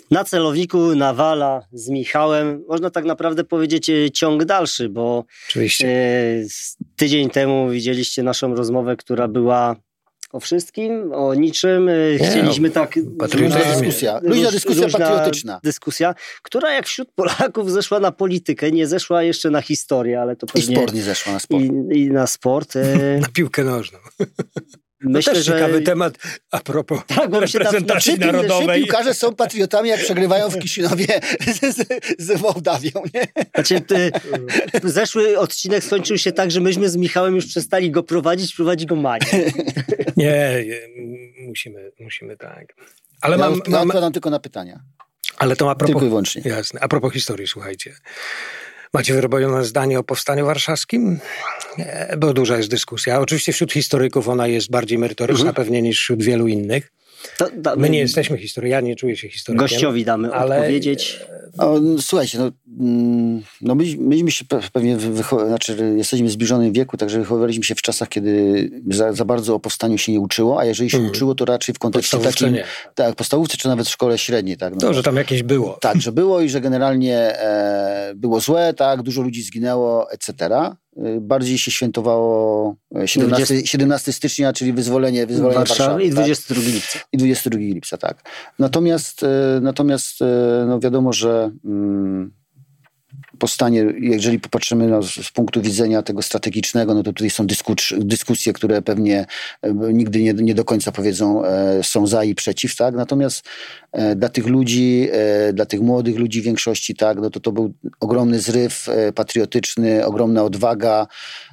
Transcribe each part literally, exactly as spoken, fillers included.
Na celowniku Nawala z Michałem. Można tak naprawdę powiedzieć ciąg dalszy, bo Oczywiście. E, tydzień temu widzieliście naszą rozmowę, która była o wszystkim, o niczym. Nie, Chcieliśmy no, tak... Luźna dyskusja, luźna dyskusja patriotyczna. Dyskusja, która jak wśród Polaków zeszła na politykę, nie zeszła jeszcze na historię, ale to pewnie... I sport nie zeszła na sport. I, i na sport. Na piłkę nożną. Myślę, to też że... ciekawy temat a propos tak, reprezentacji tam, narodowej. Czy piłkarze są patriotami, jak przegrywają w Kiszyniowie z, z, z Mołdawią, nie? Znaczy, ty, zeszły odcinek skończył się tak, że myśmy z Michałem już przestali go prowadzić, prowadzi go Mania. Nie, musimy, musimy tak. Ale ja mam, mam, mam tylko na pytania. Ale to a propos, tylko i wyłącznie. Jasne. A propos historii, słuchajcie. Macie wyrobione zdanie o Powstaniu Warszawskim? Nie, bo duża jest dyskusja. Oczywiście wśród historyków ona jest bardziej merytoryczna mhm. pewnie niż wśród wielu innych. To, da, My nie jesteśmy historykiem, ja nie czuję się historykiem. Gościowi damy ale... odpowiedzieć. O, słuchajcie, no, no my, myśmy się pewnie, wycho- znaczy jesteśmy w zbliżonym wieku, także wychowywaliśmy się w czasach, kiedy za, za bardzo o powstaniu się nie uczyło, a jeżeli się mm. uczyło, to raczej w kontekście takim... Nie. Tak, podstawówce czy nawet w szkole średniej. Tak, no, to, że tam jakieś było. Tak, że było i że generalnie e, było złe, tak, dużo ludzi zginęło, et cetera. Bardziej się świętowało siedemnastego stycznia, czyli wyzwolenie, wyzwolenie Warszawy. Warszawy i dwudziestego drugiego lipca. I dwudziestego drugiego lipca, tak. Natomiast, natomiast no wiadomo, że mm, powstanie, jeżeli popatrzymy no, z punktu widzenia tego strategicznego, no to tutaj są dyskus- dyskusje, które pewnie nigdy nie, nie do końca powiedzą e, są za i przeciw, tak? Natomiast e, dla tych ludzi, e, dla tych młodych ludzi w większości, tak, no to to był ogromny zryw e, patriotyczny, ogromna odwaga,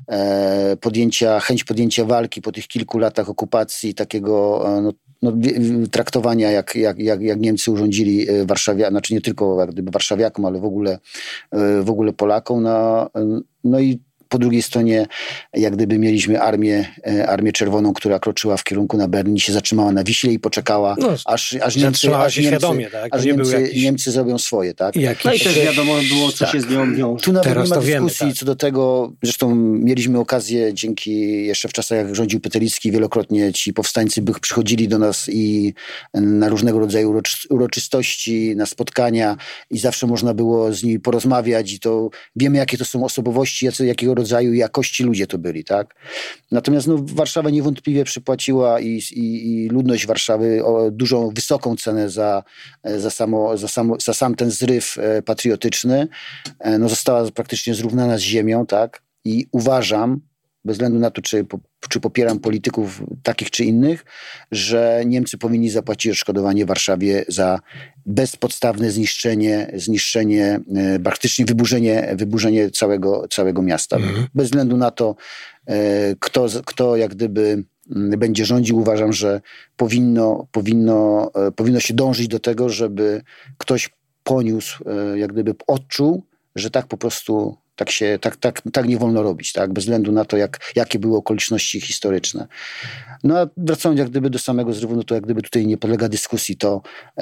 e, podjęcia, chęć podjęcia walki po tych kilku latach okupacji, takiego e, no, no, traktowania, jak, jak, jak, jak Niemcy urządzili Warszawiakom, znaczy nie tylko jak gdyby warszawiakom, ale w ogóle, w ogóle Polakom. No, no i po drugiej stronie jak gdyby mieliśmy armię, armię czerwoną, która kroczyła w kierunku na Berlin, się zatrzymała na Wiśle i poczekała, no, aż, aż, Niemcy, aż, się Niemcy, świadomie, tak? aż Niemcy, jakiś... Niemcy zrobią swoje. Tak? Jakiś... No i też wiadomo było, co tak. się z nią wiąże. Tu nawet Teraz nie ma to dyskusji wiemy, tak. co do tego. Zresztą mieliśmy okazję dzięki jeszcze w czasach, jak rządził Petelicki, wielokrotnie ci powstańcy by przychodzili do nas i na różnego rodzaju uroczy, uroczystości, na spotkania i zawsze można było z nimi porozmawiać i to wiemy, jakie to są osobowości, jacy, jakiego rodzaju jakości ludzie to byli, tak? Natomiast no, Warszawa niewątpliwie przypłaciła i, i, i ludność Warszawy o dużą, wysoką cenę za, za, samo, za, samo, za sam ten zryw e, patriotyczny. E, no, została praktycznie zrównana z ziemią, tak? I uważam, bez względu na to, czy, czy popieram polityków takich czy innych, że Niemcy powinni zapłacić odszkodowanie Warszawie za bezpodstawne zniszczenie, zniszczenie, e, praktycznie wyburzenie, wyburzenie całego, całego miasta. Mhm. Bez względu na to, e, kto, kto jak gdyby będzie rządził, uważam, że powinno, powinno, e, powinno się dążyć do tego, żeby ktoś poniósł, e, jak gdyby odczuł, że tak po prostu tak się, tak, tak, tak nie wolno robić, tak? Bez względu na to, jak, jakie były okoliczności historyczne. No a wracając jak gdyby do samego zrywu, no to jak gdyby tutaj nie podlega dyskusji to,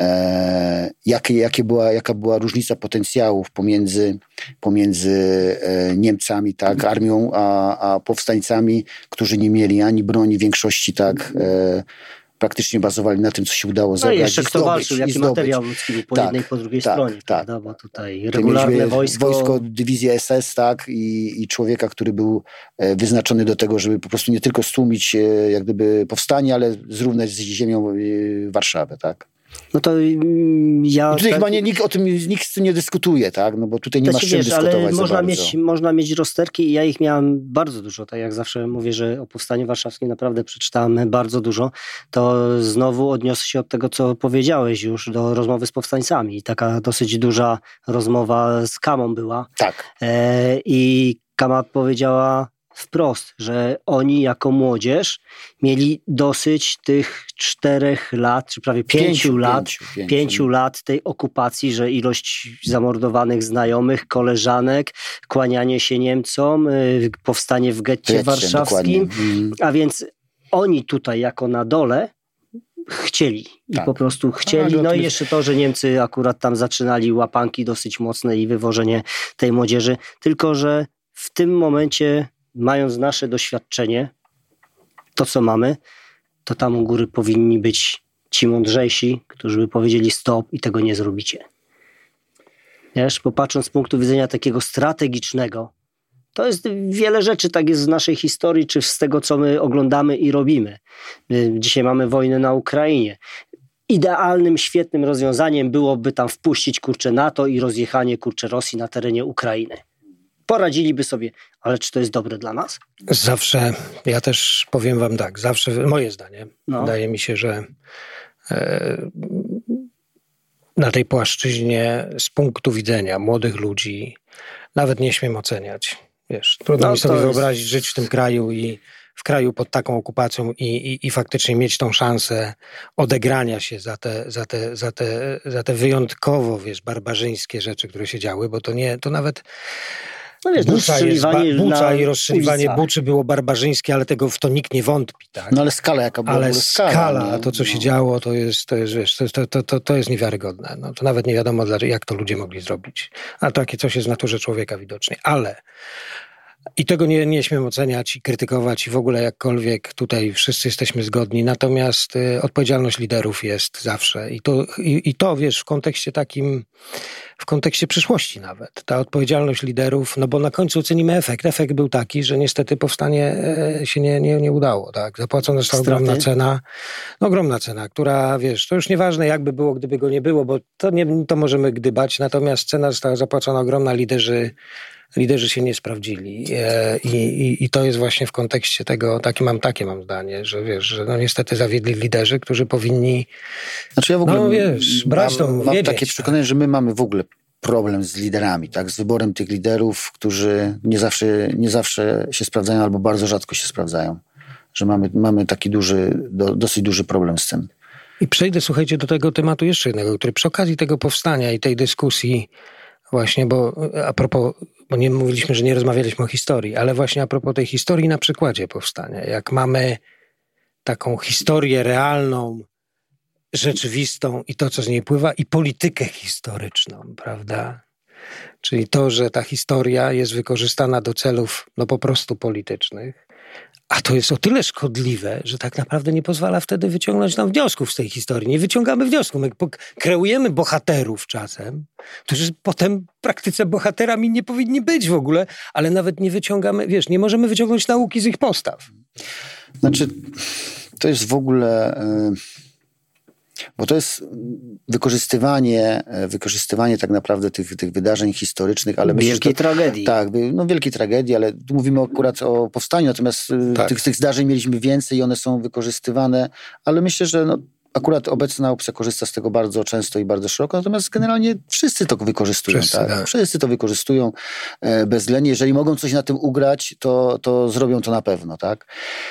e, jakie, jakie była, jaka była różnica potencjałów pomiędzy, pomiędzy e, Niemcami, tak, armią, a, a powstańcami, którzy nie mieli ani broni, w większości tak, e, praktycznie bazowali na tym, co się udało zabrać. No i jeszcze kto zdobyć, walczył, jaki zdobyć. materiał ludzki był po tak, jednej i po drugiej tak, stronie. Tak. Prawda? Bo tutaj regularne wojsko... Wojsko, dywizję S S, tak, i, i człowieka, który był wyznaczony do tego, żeby po prostu nie tylko stłumić jak gdyby powstanie, ale zrównać z ziemią Warszawę, tak. No to ja... I tutaj tak... chyba nie, nikt o tym nikt z tym nie dyskutuje, tak? No bo tutaj nie to ma z czym wiesz, dyskutować ale za można bardzo. mieć, można mieć rozterki i ja ich miałem bardzo dużo, tak jak zawsze mówię, że o Powstaniu Warszawskim naprawdę przeczytałem bardzo dużo, to znowu odniosę się od tego, co powiedziałeś już, do rozmowy z powstańcami. Taka dosyć duża rozmowa z Kamą była. Tak. E, I Kama powiedziała wprost, że oni jako młodzież mieli dosyć tych czterech lat, czy prawie pięciu, pięciu lat, pięciu, pięciu. pięciu lat tej okupacji, że ilość zamordowanych znajomych, koleżanek, kłanianie się Niemcom, powstanie w getcie Getcie, warszawskim, hmm. a więc oni tutaj jako na dole chcieli i tak. po prostu chcieli, no i jeszcze to, że Niemcy akurat tam zaczynali łapanki dosyć mocne i wywożenie tej młodzieży, tylko że w tym momencie, mając nasze doświadczenie, to co mamy, to tam u góry powinni być ci mądrzejsi, którzy by powiedzieli stop i tego nie zrobicie. Wiesz, popatrząc z punktu widzenia takiego strategicznego, to jest wiele rzeczy, tak jest w naszej historii, czy z tego, co my oglądamy i robimy. Dzisiaj mamy wojnę na Ukrainie. Idealnym, świetnym rozwiązaniem byłoby tam wpuścić, kurczę, NATO i rozjechanie, kurczę, Rosji na terenie Ukrainy. Poradziliby sobie, ale czy to jest dobre dla nas? Zawsze, ja też powiem wam tak, zawsze, moje zdanie, no. Wydaje mi się, że e, na tej płaszczyźnie z punktu widzenia młodych ludzi nawet nie śmiem oceniać. Wiesz, trudno no, mi sobie jest... wyobrazić żyć w tym kraju i w kraju pod taką okupacją i, i, i faktycznie mieć tą szansę odegrania się za te, za te, za te, za te wyjątkowo, wiesz, barbarzyńskie rzeczy, które się działy, bo to nie, to nawet no wiesz, Bucza, jest, ba, Bucza i rozstrzeliwanie Buczy było barbarzyńskie, ale tego w to nikt nie wątpi, tak? No ale skala jaka była? Ale skala, skala to co no. się działo, to jest, to jest, wiesz, to, to, to, to jest niewiarygodne. No, to nawet nie wiadomo, jak to ludzie mogli zrobić. A takie coś jest w naturze człowieka widocznie. Ale i tego nie, nie śmiem oceniać i krytykować i w ogóle jakkolwiek tutaj wszyscy jesteśmy zgodni. Natomiast y, odpowiedzialność liderów jest zawsze. I to, i, i to, wiesz, w kontekście takim, w kontekście przyszłości nawet. Ta odpowiedzialność liderów, no bo na końcu ocenimy efekt. Efekt był taki, że niestety powstanie e, się nie, nie, nie udało. Tak? Zapłacona została ogromna cena. No, ogromna cena, która, wiesz, to już nieważne jakby było, gdyby go nie było, bo to, nie, to możemy gdybać. Natomiast cena została zapłacona ogromna, liderzy Liderzy się nie sprawdzili I, i, i to jest właśnie w kontekście tego, takie mam, takie mam zdanie, że wiesz, że no niestety zawiedli liderzy, którzy powinni znaczy ja w ogóle no wiesz, brać mam, tą mam wiedzieć, takie przekonanie, tak? że my mamy w ogóle problem z liderami, tak, z wyborem tych liderów, którzy nie zawsze, nie zawsze się sprawdzają albo bardzo rzadko się sprawdzają, że mamy, mamy taki duży, do, dosyć duży problem z tym. I przejdę, słuchajcie, do tego tematu jeszcze jednego, który przy okazji tego powstania i tej dyskusji właśnie, bo a propos, bo nie mówiliśmy, że nie rozmawialiśmy o historii, ale właśnie a propos tej historii na przykładzie powstania. Jak mamy taką historię realną, rzeczywistą i to, co z niej pływa, i politykę historyczną, prawda? Czyli to, że ta historia jest wykorzystana do celów, no po prostu politycznych, a to jest o tyle szkodliwe, że tak naprawdę nie pozwala wtedy wyciągnąć nam wniosków z tej historii. Nie wyciągamy wniosków. My kreujemy bohaterów czasem, którzy potem w praktyce bohaterami nie powinni być w ogóle, ale nawet nie wyciągamy, wiesz, nie możemy wyciągnąć nauki z ich postaw. Znaczy, to jest w ogóle... Yy... Bo to jest wykorzystywanie, wykorzystywanie tak naprawdę tych, tych wydarzeń historycznych, ale wielkiej myślę, to, tragedii. Tak, no wielkiej tragedii, ale tu mówimy akurat o powstaniu, natomiast tak. tych, tych zdarzeń mieliśmy więcej i one są wykorzystywane, ale myślę, że no, akurat obecna opcja korzysta z tego bardzo często i bardzo szeroko, natomiast generalnie wszyscy to wykorzystują. Wszyscy, tak? Tak. Wszyscy to wykorzystują e, bezwzględnie. Jeżeli mogą coś na tym ugrać, to, to zrobią to na pewno. Tak?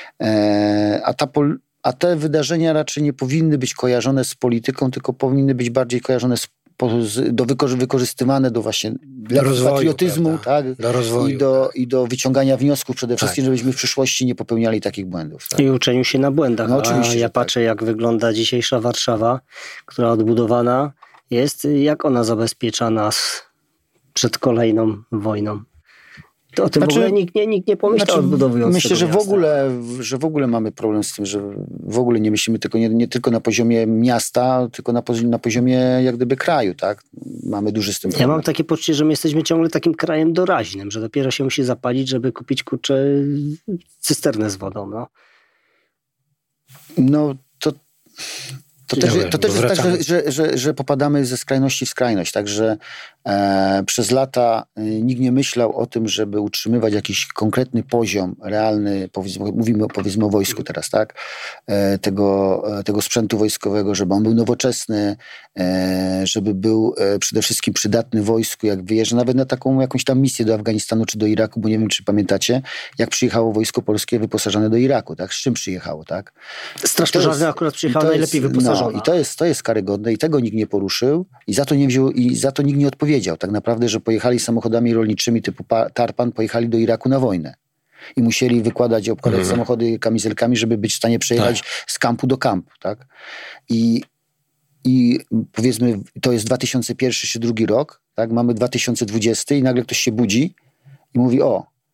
E, a ta pol- A te wydarzenia raczej nie powinny być kojarzone z polityką, tylko powinny być bardziej kojarzone z, do wykorzy- wykorzystywane do właśnie do rozwoju, patriotyzmu, tak? do rozwoju, I, do, tak. i do wyciągania wniosków przede wszystkim, tak. żebyśmy w przyszłości nie popełniali takich błędów. Tak? I uczeniu się na błędach. No, oczywiście, A ja patrzę, tak. jak wygląda dzisiejsza Warszawa, która odbudowana jest, jak ona zabezpiecza nas przed kolejną wojną. To o tym znaczy, w ogóle nikt nie, nikt nie pomyślał znaczy, odbudowując Myślę, że w, ogóle, że w ogóle mamy problem z tym, że w ogóle nie myślimy tylko nie, nie tylko na poziomie miasta, tylko na, na poziomie jak gdyby kraju, tak? Mamy duży z tym problem. Ja mam takie poczucie, że my jesteśmy ciągle takim krajem doraźnym, że dopiero się musi zapalić, żeby kupić, kurczę, cysternę z wodą, no. No, to... To też, to też jest tak, że, że, że, że popadamy ze skrajności w skrajność. Także e, przez lata e, nikt nie myślał o tym, żeby utrzymywać jakiś konkretny poziom realny, powiedzmy, mówimy powiedzmy o wojsku teraz, tak? E, tego, e, tego sprzętu wojskowego, żeby on był nowoczesny, e, żeby był e, przede wszystkim przydatny wojsku, jak wyjeżdża nawet na taką jakąś tam misję do Afganistanu czy do Iraku, bo nie wiem, czy pamiętacie, jak przyjechało wojsko polskie wyposażone do Iraku, tak? Z czym przyjechało, tak? Straż Pożarna akurat przyjechała najlepiej wyposażona. No, i to jest, to jest karygodne i tego nikt nie poruszył i za to nie wziął, i za to nikt nie odpowiedział. Tak naprawdę, że pojechali samochodami rolniczymi typu Tarpan, pojechali do Iraku na wojnę. I musieli wykładać, obkładać mhm. samochody kamizelkami, żeby być w stanie przejechać tak. z kampu do kampu. Tak? I, I powiedzmy, to jest dwa tysiące pierwszy czy drugi rok, tak? Mamy dwa tysiące dwudziesty i nagle ktoś się budzi i mówi, o,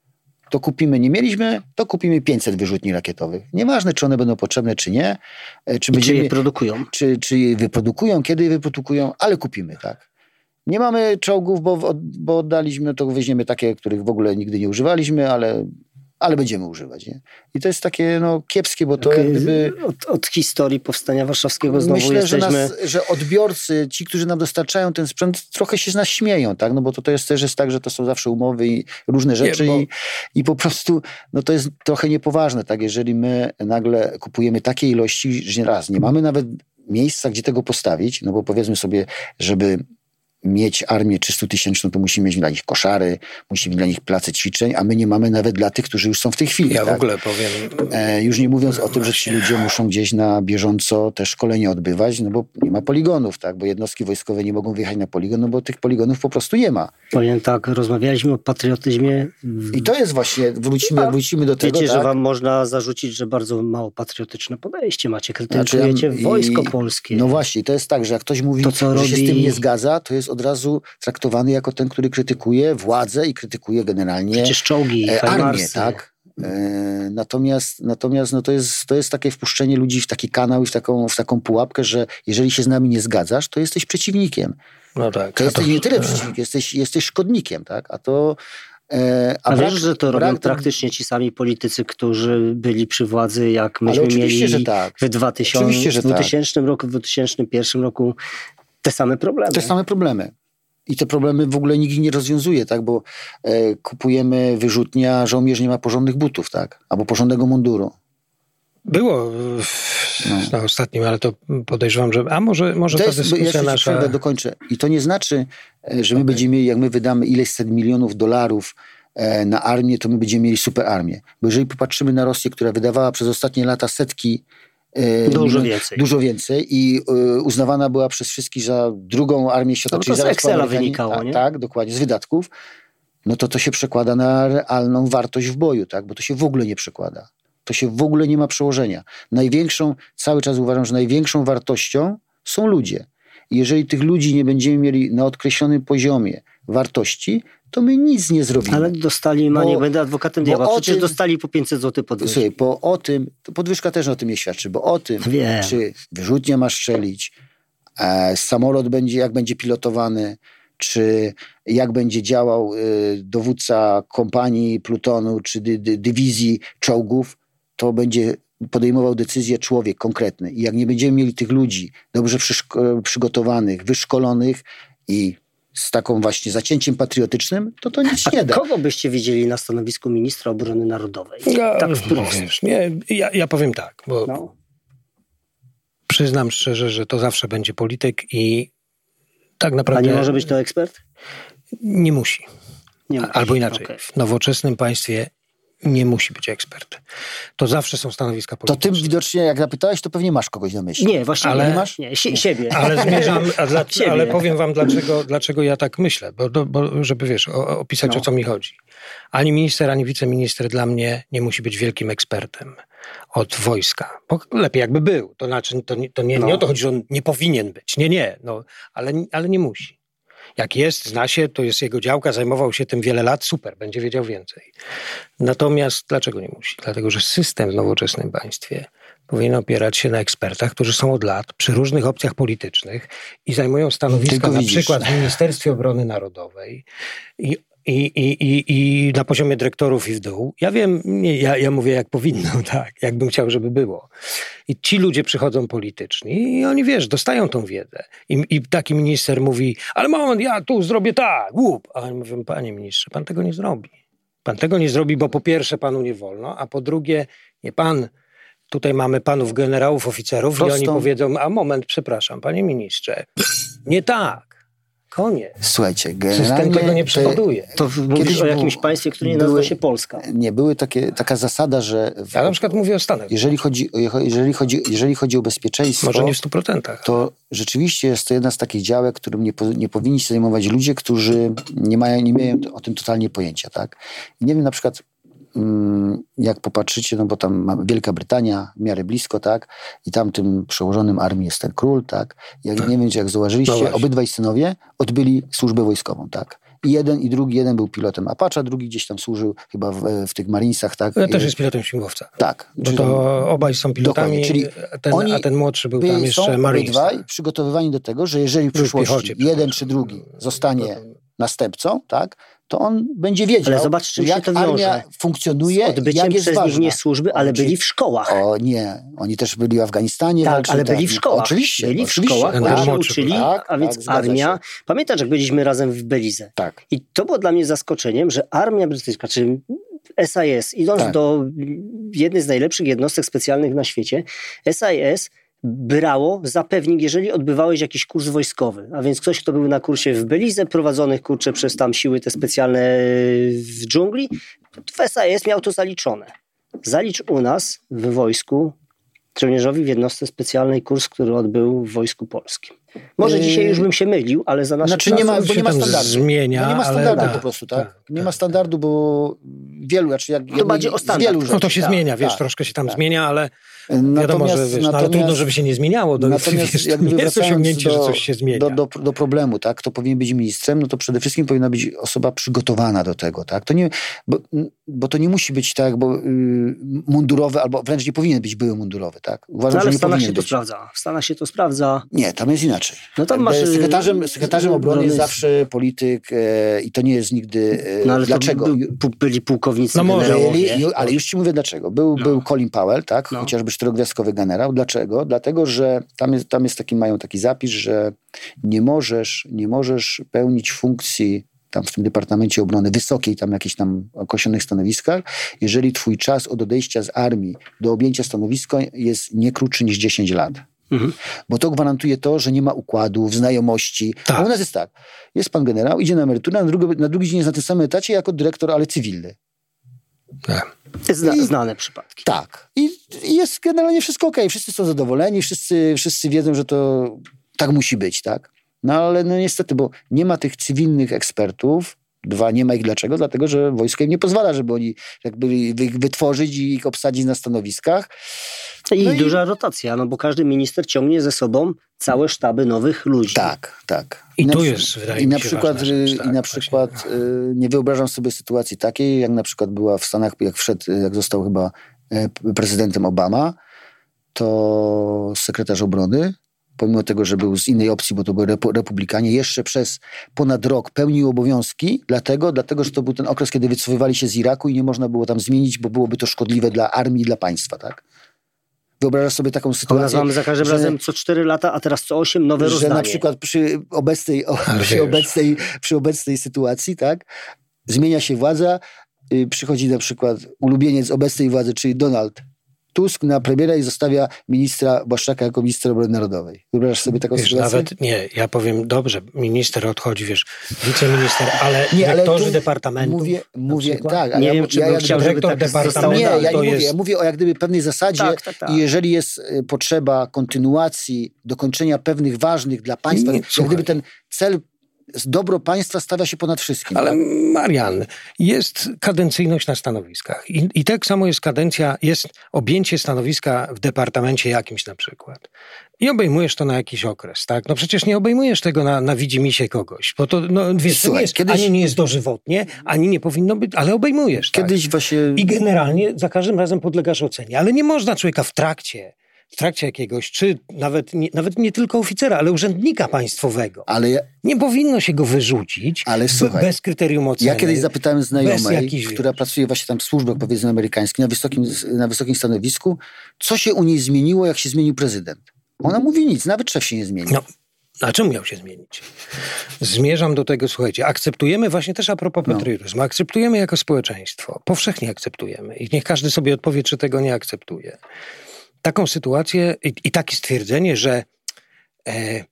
to kupimy, nie mieliśmy, to kupimy pięćset wyrzutni rakietowych. Nieważne, czy one będą potrzebne, czy nie. Czy, będziemy, czy je produkują. Czy, czy je wyprodukują, kiedy je wyprodukują, ale kupimy, tak. Nie mamy czołgów, bo, bo oddaliśmy, to weźmiemy takie, których w ogóle nigdy nie używaliśmy, ale, ale będziemy używać. Nie? I to jest takie no, kiepskie, bo to tak, jak gdyby... Od, od historii powstania warszawskiego znowu myślę, jesteśmy... że, nas, że odbiorcy, ci, którzy nam dostarczają ten sprzęt, trochę się z nas śmieją, tak? No bo to, to jest też jest tak, że to są zawsze umowy i różne rzeczy nie, bo... i, i po prostu no to jest trochę niepoważne, tak? Jeżeli my nagle kupujemy takie ilości, że raz, nie mamy nawet miejsca, gdzie tego postawić, no bo powiedzmy sobie, żeby mieć armię trzystutysięczną, to musimy mieć dla nich koszary, musimy mieć dla nich place ćwiczeń, a my nie mamy nawet dla tych, którzy już są w tej chwili. Ja tak? w ogóle powiem... E, już nie mówiąc o tym, że ci ludzie muszą gdzieś na bieżąco te szkolenia odbywać, no bo nie ma poligonów, tak? Bo jednostki wojskowe nie mogą wyjechać na poligon, no bo tych poligonów po prostu nie ma. Powiem tak, rozmawialiśmy o patriotyzmie. I to jest właśnie, wrócimy, jak wrócimy do tego, wiecie, tak? że wam można zarzucić, że bardzo mało patriotyczne podejście macie, krytykujecie znaczy, wojsko i, polskie. No właśnie, to jest tak, że jak ktoś mówi, to, co że robi... się z tym nie zgadza, to jest od razu traktowany jako ten, który krytykuje władzę i krytykuje generalnie Przecież czołgi, e, armię, tak? E, natomiast natomiast no to, jest, to jest takie wpuszczenie ludzi w taki kanał i w taką, w taką pułapkę, że jeżeli się z nami nie zgadzasz, to jesteś przeciwnikiem. No tak. To jesteś to... nie tyle przeciwnikiem, jesteś, jesteś szkodnikiem, tak? A to E, a, a brak, wiesz, że to robią brak, praktycznie ci sami politycy, którzy byli przy władzy, jak myśmy mieli że tak. w dwutysięcznym roku, w dwa tysiące pierwszym roku te same problemy. Te same problemy. I te problemy w ogóle nikt nie rozwiązuje, tak? Bo e, kupujemy wyrzutnia, żołnierz nie ma porządnych butów, tak? Albo porządnego munduru. Było no. na ostatnim, ale to podejrzewam, że a może, może to ta jest, dyskusja ja nasza... Przerwę, dokończę. I to nie znaczy, że my okay. będziemy mieli, jak my wydamy ileś set milionów dolarów na armię, to my będziemy mieli super armię. Bo jeżeli popatrzymy na Rosję, która wydawała przez ostatnie lata setki Dużo więcej. Dużo więcej i y, uznawana była przez wszystkich za drugą armię świata. No, czyli to z Excela wynikało, tak, nie? Tak, dokładnie, z wydatków. No to to się przekłada na realną wartość w boju, tak? Bo to się w ogóle nie przekłada. To się w ogóle nie ma przełożenia. Największą, cały czas uważam, że największą wartością są ludzie. I jeżeli tych ludzi nie będziemy mieli na określonym poziomie wartości, to my nic nie zrobimy. Ale dostali, ma nie będę adwokatem diabła, przecież tym, dostali po pięćset złotych podwyżki. Słuchaj, bo o tym, to podwyżka też o tym nie świadczy, bo o tym, Wiem. czy wyrzutnia ma strzelić, e, samolot będzie, jak będzie pilotowany, czy jak będzie działał y, dowódca kompanii, plutonu, czy dy, dy, dywizji czołgów, to będzie podejmował decyzję człowiek konkretny. I jak nie będziemy mieli tych ludzi dobrze przyszko- przygotowanych, wyszkolonych i z taką właśnie zacięciem patriotycznym, to to nic A nie da. Kogo byście widzieli na stanowisku ministra obrony narodowej? Ja, tak wprost. Wiesz, nie, ja, ja powiem tak, bo no. przyznam szczerze, że to zawsze będzie polityk i tak naprawdę... A nie może być to ekspert? Nie musi. Nie musi. Albo inaczej. Okay. W nowoczesnym państwie nie musi być ekspert. To zawsze są stanowiska polityczne. To ty widocznie, jak zapytałeś, to pewnie masz kogoś na myśli. Nie, właśnie ale, nie masz? Nie, sie, siebie. Ale zmierzam, a dla, ale powiem wam, dlaczego, dlaczego ja tak myślę, bo, bo żeby wiesz, o, opisać no. o co mi chodzi. Ani minister, ani wiceminister dla mnie nie musi być wielkim ekspertem od wojska. Bo lepiej jakby był. To znaczy, to, to nie, no. nie o to chodzi, że on nie powinien być. Nie, nie, no, ale, ale nie musi. Jak jest, zna się, to jest jego działka, zajmował się tym wiele lat, super, będzie wiedział więcej. Natomiast dlaczego nie musi? Dlatego, że system w nowoczesnym państwie powinien opierać się na ekspertach, którzy są od lat przy różnych opcjach politycznych i zajmują stanowiska Tylko na widzisz. przykład w Ministerstwie Obrony Narodowej i I, i, i, i na poziomie dyrektorów i w dół. Ja wiem, nie, ja, ja mówię jak powinno, tak, jakbym chciał, żeby było. I ci ludzie przychodzą polityczni i oni, wiesz, dostają tą wiedzę. I, i taki minister mówi, ale moment, ja tu zrobię tak, łup. A oni mówią, panie ministrze, pan tego nie zrobi. Pan tego nie zrobi, bo po pierwsze panu nie wolno, a po drugie, nie pan, tutaj mamy panów generałów, oficerów Prostą. i oni powiedzą, a moment, przepraszam, panie ministrze, nie tak. Koniec. Słuchajcie, generalnie... System tego nie przewoduje. To mówisz o jakimś państwie, które nie były, nazywa się Polska. Nie, były takie, taka zasada, że... W, ja na przykład mówię o Stanach. Jeżeli chodzi, jeżeli chodzi, jeżeli chodzi o bezpieczeństwo... Może nie w stu procentach. To rzeczywiście jest to jedna z takich działek, którym nie, nie powinni się zajmować ludzie, którzy nie mają, nie mają o tym totalnie pojęcia. Tak? I nie wiem, na przykład jak popatrzycie, no bo tam mamy Wielka Brytania, w miarę blisko, tak, i tam tym przełożonym armii jest ten król, tak, jak tak. nie wiem, czy jak zauważyliście, no obydwaj synowie odbyli służbę wojskową, tak, I jeden i drugi, jeden był pilotem Apache, drugi gdzieś tam służył chyba w, w tych Marinesach, tak? Ja też jest pilotem śmigłowca. Tak. Bo to obaj są pilotami, czyli ten, oni a ten młodszy był tam jeszcze Marines. Są obydwaj przygotowywani do tego, że jeżeli w przyszłości jeden czy drugi zostanie następcą, tak, to on będzie wiedział, ale zobacz, czym jak się to armia wiąże. funkcjonuje, odbyciem jak jest przez ważna. nich nie służby, ale byli w szkołach. O nie, oni też byli w Afganistanie. Tak, walczyli, ale byli tak. w szkołach. Oczywiście. Byli w oczywiście. szkołach, Ten oni się młodszy uczyli, tak, a więc tak, armia... się. Pamiętasz, jak byliśmy razem w Belize? Tak. I to było dla mnie zaskoczeniem, że armia brytyjska, czy S I S, idąc tak. do jednej z najlepszych jednostek specjalnych na świecie, S I S brało za pewnik, jeżeli odbywałeś jakiś kurs wojskowy, a więc ktoś, kto był na kursie w Belize, prowadzonych, kurczę, przez tam siły te specjalne w dżungli, w S I S miał to zaliczone. Zalicz u nas w wojsku żołnierzowi w jednostce specjalnej kurs, który odbył w Wojsku Polskim. Może yy... dzisiaj już bym się mylił, ale za naszych znaczy nie ma, bo nie ma standardu. Zmienia, bo nie ma standardu ale... po prostu, tak? tak nie tak. ma standardu, bo wielu, znaczy jak, to bardziej o standard. Wielu rzeczy, no to się tak, zmienia, wiesz, tak, troszkę się tam tak. zmienia, ale natomiast, wiadomo, że wiesz, no, ale trudno, żeby się nie zmieniało. Do, natomiast wiesz, jak nie jest osiągnięcie, do, że coś się zmienia. Do, do, do problemu, tak? Kto powinien być ministrem, no to przede wszystkim powinna być osoba przygotowana do tego, tak? To nie, bo, bo to nie musi być tak, bo y, mundurowy, albo wręcz nie powinien być były mundurowy, tak? Uważam, no, ale że nie w Stanach się być. to sprawdza. W Stanach się to sprawdza. Nie, tam jest inaczej. No tam masz... Sekretarzem, sekretarzem obrony jest zawsze polityk e, i to nie jest nigdy... E, no ale dlaczego? Był, byli pułkownicy, no może, byli, ale już ci mówię dlaczego. Był, no. był Colin Powell, tak? No. Chociażby czterogwiazdkowy generał. Dlaczego? Dlatego, że tam jest, tam jest taki, mają taki zapis, że nie możesz, nie możesz pełnić funkcji tam w tym Departamencie Obrony wysokiej, tam jakichś tam określonych stanowiskach, jeżeli twój czas od odejścia z armii do objęcia stanowiska jest nie krótszy niż dziesięć lat. Mhm. Bo to gwarantuje to, że nie ma układów, znajomości. Tak. A u nas jest tak, jest pan generał, idzie na emeryturę, na, drugi, na drugi dzień jest na tym samym etacie jako dyrektor, ale cywilny. Tak. Zna, I, znane przypadki. Tak. I, I jest generalnie wszystko okej. Okay. Wszyscy są zadowoleni, wszyscy, wszyscy wiedzą, że to tak musi być, tak? No ale no niestety, bo nie ma tych cywilnych ekspertów. Dwa, nie ma ich dlaczego? Dlatego, że wojsko im nie pozwala, żeby oni jakby ich wytworzyć i ich obsadzić na stanowiskach. I no duża i... rotacja, no bo każdy minister ciągnie ze sobą całe sztaby nowych ludzi. Tak, tak. I, I tu na, jest, wydaje i mi na się, przykład, rzecz, tak, I na przykład y, nie wyobrażam sobie sytuacji takiej, jak na przykład była w Stanach, jak wszedł, jak został chyba prezydentem Obama, to sekretarz obrony, pomimo tego, że był z innej opcji, bo to były republikanie, jeszcze przez ponad rok pełnił obowiązki, dlatego, dlatego, że to był ten okres, kiedy wycofywali się z Iraku i nie można było tam zmienić, bo byłoby to szkodliwe dla armii i dla państwa, tak? Wyobrażasz sobie taką sytuację, nas mamy za każdym że, razem co cztery lata, a teraz co osiem nowe że rozdanie. na przykład przy obecnej, o, przy, obecnej, przy obecnej sytuacji, tak? Zmienia się władza, yy, przychodzi na przykład ulubieniec obecnej władzy, czyli Donald Tusk na premiera i zostawia ministra Błaszczaka jako ministra obrony narodowej. Wyobrażasz sobie taką wiesz, sytuację? Nawet nie, ja powiem, dobrze, minister odchodzi, wiesz, wiceminister, ale nie, dyrektorzy ale departamentu. Mówię, mówię tak. Nie ja, wiem, czy ja, bym ja, chciał, żeby tak departamentu. Nie, ja nie mówię, jest... ja mówię o jak gdyby pewnej zasadzie tak, tak, tak. i jeżeli jest potrzeba kontynuacji, dokończenia pewnych ważnych dla państwa, nie, jak gdyby ten cel dobro państwa stawia się ponad wszystkim. Ale tak? Marian, jest kadencyjność na stanowiskach I, i tak samo jest kadencja, jest objęcie stanowiska w departamencie jakimś na przykład. I obejmujesz to na jakiś okres, tak? No przecież nie obejmujesz tego na, na widzimisię kogoś, bo to, no wiesz, Słuchaj, to nie jest, kiedyś... ani nie jest dożywotnie, ani nie powinno być, ale obejmujesz, Kiedyś tak? właśnie... I generalnie za każdym razem podlegasz ocenie, ale nie można człowieka w trakcie w trakcie jakiegoś, czy nawet nie, nawet nie tylko oficera, ale urzędnika państwowego. Ale ja... Nie powinno się go wyrzucić ale, słuchaj, bez kryterium oceny. Ja kiedyś zapytałem znajomej, która pracuje właśnie tam w służbach, powiedzmy, amerykańskich, na wysokim, na wysokim stanowisku, co się u niej zmieniło, jak się zmienił prezydent. Ona mówi nic, nawet szef się nie zmienił. No. A czemu miał się zmienić? Zmierzam do tego, słuchajcie, akceptujemy właśnie też a propos no. patriotyzmu, akceptujemy jako społeczeństwo, powszechnie akceptujemy i niech każdy sobie odpowie, czy tego nie akceptuje. Taką sytuację i, i takie stwierdzenie, że e,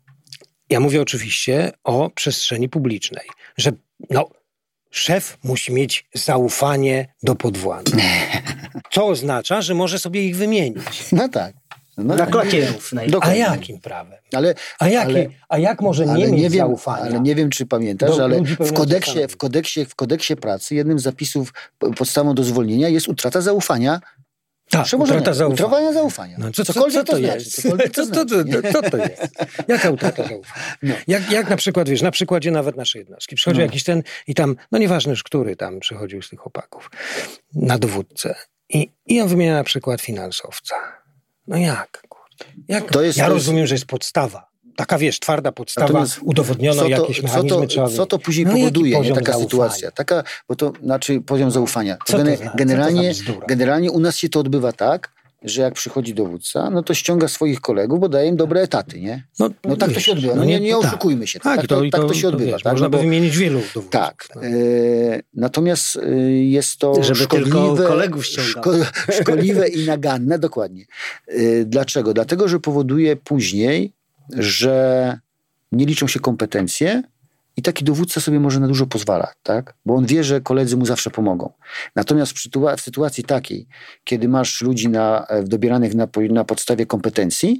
ja mówię oczywiście o przestrzeni publicznej, że no, szef musi mieć zaufanie do podwładnych. Co oznacza, że może sobie ich wymienić. No tak. No, Dla klakierów. A jakim prawem? Ale, a, jaki, ale, a jak może nie mieć nie wiem, zaufania? Ale nie wiem, czy pamiętasz, ale w kodeksie, w, kodeksie, w kodeksie pracy jednym z zapisów podstawą do zwolnienia jest utrata zaufania Tak, utrata zaufania. Utrata zaufania. No, co, cokolwiek co, co to, to znaczy. Cokolwiek to, to, to, to, to, to jest? Jaka utrata zaufania? No. Jak, jak na przykład, wiesz, na przykładzie nawet naszej jednostki. Przychodzi no. jakiś ten i tam, no nieważne już, który tam przychodził z tych chłopaków na dowódcę. I, i on wymienia na przykład finansowca. No jak? Kurde? jak? To jest, ja to rozumiem, jest... że jest podstawa. Taka, wiesz, twarda podstawa, Natomiast udowodniono to, jakieś mechanizmy. Co to, co to później no powoduje, nie, taka zaufania? Sytuacja? Taka, bo to znaczy poziom zaufania. To gener- to generalnie, generalnie u nas się to odbywa tak, że jak przychodzi dowódca, no to ściąga swoich kolegów, bo daje im dobre etaty, nie? No, no tak wiesz, to się odbywa. No nie, nie oszukujmy się. Tak, tak, to, to, tak to się odbywa. To, wiesz, tak, można by wymienić wielu dowódców. Tak. No. E, natomiast e, jest to Żeby szkodliwe, kolegów szko, szkodliwe i naganne, dokładnie. E, dlaczego? Dlatego, że powoduje później, że nie liczą się kompetencje i taki dowódca sobie może na dużo pozwala, tak? Bo on wie, że koledzy mu zawsze pomogą. Natomiast w, sytua- w sytuacji takiej, kiedy masz ludzi na, dobieranych na, na podstawie kompetencji,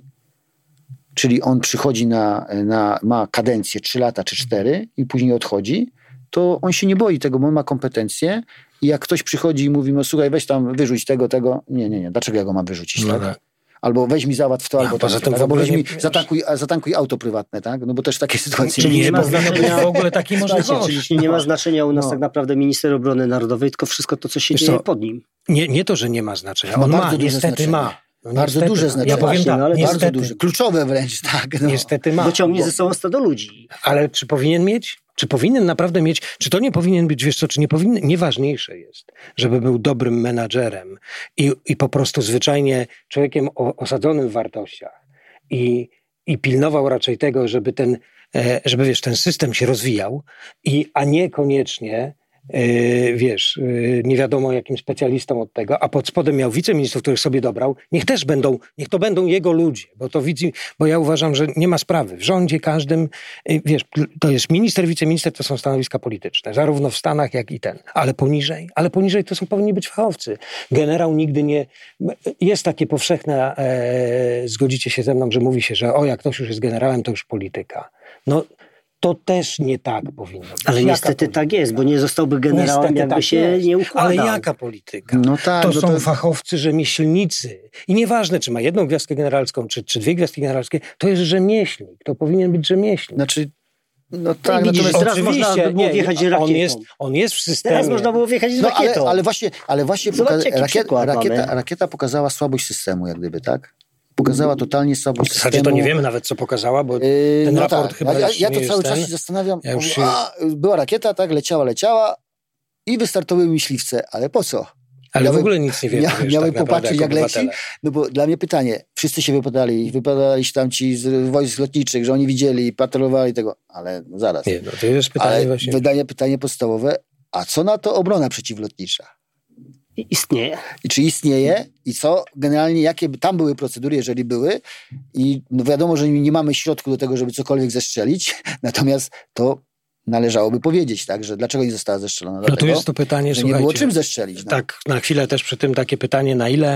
czyli on przychodzi na, na, ma kadencję trzy lata czy cztery i później odchodzi, to on się nie boi tego, bo on ma kompetencje i jak ktoś przychodzi i mówi, no słuchaj, weź tam wyrzuć tego, tego, nie, nie, nie, dlaczego ja go mam wyrzucić, no tak? tak? Albo weź mi załatw to, ja, albo poza tam, tym tak? w ogóle weź nie, mi, zatankuj, zatankuj auto prywatne, tak? No bo też takie sytuacje czyli nie, nie ma znaczenia w ogóle takiej możliwości. Czyli nie ma znaczenia u nas no. tak naprawdę minister obrony narodowej, tylko wszystko to, co się Wiesz dzieje co? pod nim. Nie, nie to, że nie ma znaczenia. On ma, ma niestety znaczenie. ma. No bardzo niestety, duże znaczenie. Ja powiem Właśnie, tak, no, ale niestety. bardzo duże. Kluczowe wręcz, tak. No. Niestety ma. Bo ciągnie ze sobą stado ludzi. Ale czy powinien mieć? Czy powinien naprawdę mieć? Czy to nie powinien być, wiesz co, czy nie powinien? Nieważniejsze jest, żeby był dobrym menadżerem i, i po prostu zwyczajnie człowiekiem o, osadzonym w wartościach i, i pilnował raczej tego, żeby ten, żeby wiesz, ten system się rozwijał, i, a niekoniecznie Yy, wiesz, yy, nie wiadomo jakim specjalistą od tego, a pod spodem miał wiceministrów, których sobie dobrał, niech też będą, niech to będą jego ludzie, bo to widzi, bo ja uważam, że nie ma sprawy. W rządzie każdym, yy, wiesz, to jest minister, wiceminister, to są stanowiska polityczne, zarówno w Stanach, jak i ten, ale poniżej, ale poniżej to są powinni być fachowcy. Generał nigdy nie, jest takie powszechne, e, zgodzicie się ze mną, że mówi się, że o, jak ktoś już jest generałem, to już polityka. No, to też nie tak powinno być. Ale jaka niestety polityka? Tak jest, bo nie zostałby generałem, niestety jakby tak się jest. nie układał. Ale jaka polityka? No tak, to no są to... fachowcy, rzemieślnicy. I nieważne, czy ma jedną gwiazdkę generalską, czy, czy dwie gwiazdki generalskie, to jest rzemieślnik. To powinien być rzemieślnik. Znaczy, no tak, no widzisz, natomiast teraz można było nie, wjechać on rakietą. Jest, on jest w systemie. Teraz można było wjechać z no, rakietą. Ale, ale właśnie, ale właśnie Zobaczcie, poka- rakieta, rakieta, mamy. rakieta pokazała słabość systemu, jak gdyby, tak? Pokazała totalnie słabość systemu. W zasadzie systemu. to nie wiemy nawet, co pokazała, bo yy, ten no raport tak. chyba Ja, ja to nie cały jest czas ten. się zastanawiam. Ja już mówię, się... a, była rakieta, tak, leciała, leciała i wystartowały myśliwce, ale po co? Ale miały, w ogóle nic nie wiemy. Mia, wiesz, miały tak popatrzeć, jak obywatele. leci. No bo dla mnie pytanie, wszyscy się wypadali, wypadali się tam ci z wojsk lotniczych, że oni widzieli, patrolowali tego, ale no zaraz. Nie, no to jest pytanie ale właśnie. Wydaje pytanie podstawowe, a co na to obrona przeciwlotnicza? Istnieje. I czy istnieje i co generalnie, jakie tam były procedury, jeżeli były, i no wiadomo, że nie mamy środku do tego, żeby cokolwiek zestrzelić, natomiast to należałoby powiedzieć, tak, że dlaczego nie została zestrzelona? No Dlatego, tu jest to pytanie, że słuchajcie, nie było czym zestrzelić. No. Tak, na chwilę też przy tym takie pytanie, na ile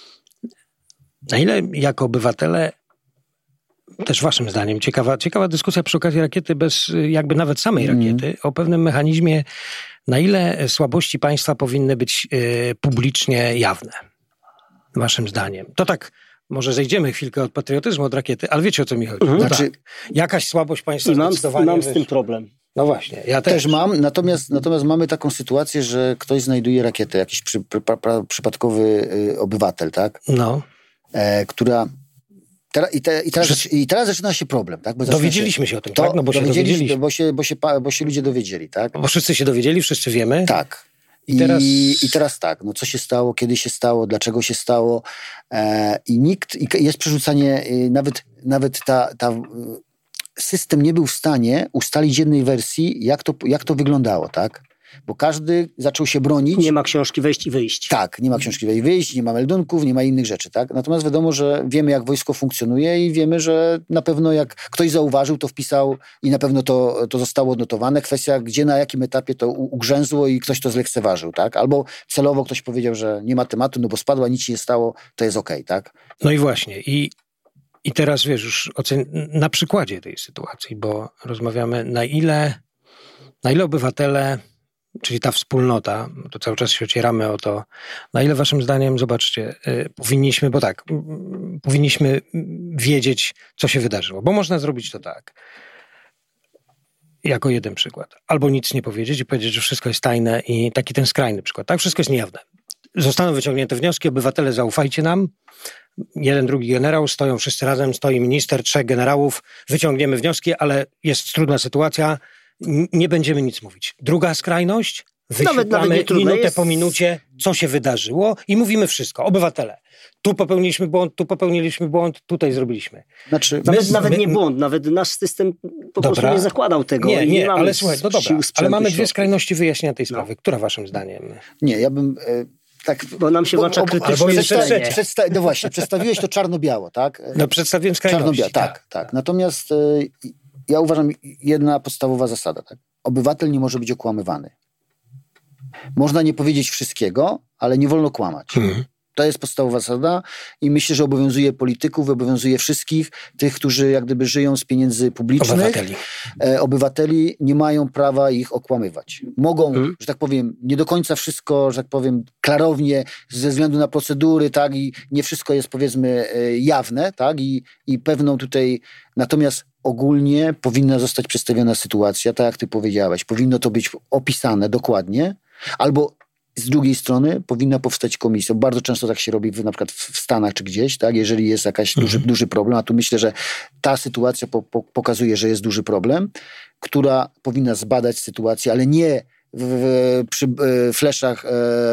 na ile jako obywatele, też waszym zdaniem, ciekawa, ciekawa dyskusja przy okazji rakiety, bez jakby nawet samej rakiety, mm. o pewnym mechanizmie, na ile słabości państwa powinny być y, publicznie jawne, waszym zdaniem. To tak, może zejdziemy chwilkę od patriotyzmu, od rakiety, ale wiecie, o co mi chodzi. Mhm. No znaczy, tak, jakaś słabość państwa i mam, zdecydowanie... mam z tym problem. No właśnie, ja też. Też mam, natomiast, natomiast mamy taką sytuację, że ktoś znajduje rakietę, jakiś przy, przy, przy, przypadkowy y, obywatel, tak? No. E, która... Tera, i, te, i, teraz, Wszyscy... I teraz zaczyna się problem, tak? Bo dowiedzieliśmy się, się o tym, to, tak? No bo się dowiedzieliśmy. Bo się, bo, się, bo się ludzie dowiedzieli, tak? Bo wszyscy się dowiedzieli, wszyscy wiemy. Tak. I teraz... I, I teraz tak, no co się stało, kiedy się stało, dlaczego się stało e, i nikt, i jest przerzucanie, y, nawet, nawet ta, ta y, system nie był w stanie ustalić jednej wersji, jak to, jak to wyglądało, tak? Bo każdy zaczął się bronić. Nie ma książki wejść i wyjść. Tak, nie ma książki wejść i wyjść, nie ma meldunków, nie ma innych rzeczy, tak? Natomiast wiadomo, że wiemy, jak wojsko funkcjonuje i wiemy, że na pewno jak ktoś zauważył, to wpisał i na pewno to, to zostało odnotowane. Kwestia, gdzie, na jakim etapie to ugrzęzło i ktoś to zlekceważył, tak? Albo celowo ktoś powiedział, że nie ma tematu, no bo spadła, nic się nie stało, to jest okej, tak? No i właśnie. I, i teraz, wiesz, już ocen... na przykładzie tej sytuacji, bo rozmawiamy, na ile, na ile obywatele czyli ta wspólnota, to cały czas się ocieramy o to, na ile waszym zdaniem, zobaczcie, y, powinniśmy, bo tak, y, powinniśmy wiedzieć, co się wydarzyło, bo można zrobić to tak, jako jeden przykład, albo nic nie powiedzieć i powiedzieć, że wszystko jest tajne i taki ten skrajny przykład, tak, wszystko jest niejawne. Zostaną wyciągnięte wnioski, obywatele, zaufajcie nam, jeden, drugi generał, stoją wszyscy razem, stoi minister, trzech generałów, wyciągniemy wnioski, ale jest trudna sytuacja, nie będziemy nic mówić. Druga skrajność, wyświetlamy minutę jest... po minucie, co się wydarzyło i mówimy wszystko. Obywatele, tu popełniliśmy błąd, tu popełniliśmy błąd, tutaj zrobiliśmy. Znaczy, nawet, my, nawet my, nie błąd, nawet nasz system po dobra. prostu nie zakładał tego. Nie, nie, nie mamy ale słuchaj, no dobra, ale mamy dwie środków. skrajności wyjaśnienia tej sprawy. No. Która waszym zdaniem? Nie, ja bym... E... Tak, bo nam się włącza krytyczne myślenie. Przedsta- no właśnie, przedstawiłeś to czarno-biało, tak? No przedstawiłem skrajności. Czarno-biało, tak, tak, tak. Natomiast y, ja uważam jedna podstawowa zasada, tak? Obywatel nie może być okłamywany. Można nie powiedzieć wszystkiego, ale nie wolno kłamać. Hmm. To jest podstawowa zasada i myślę, że obowiązuje polityków, obowiązuje wszystkich tych, którzy jak gdyby żyją z pieniędzy publicznych. Obywateli. E, obywateli nie mają prawa ich okłamywać. Mogą, hmm. że tak powiem, nie do końca wszystko, że tak powiem, klarownie ze względu na procedury, tak, i nie wszystko jest, powiedzmy, e, jawne, tak, i, i pewną tutaj, natomiast ogólnie powinna zostać przedstawiona sytuacja, tak jak ty powiedziałeś, powinno to być opisane dokładnie, albo z drugiej strony powinna powstać komisja. Bardzo często tak się robi w, na przykład w Stanach czy gdzieś, tak? Jeżeli jest jakaś mhm. duży, duży problem, a tu myślę, że ta sytuacja po, po, pokazuje, że jest duży problem, która powinna zbadać sytuację, ale nie w, w, przy e, fleszach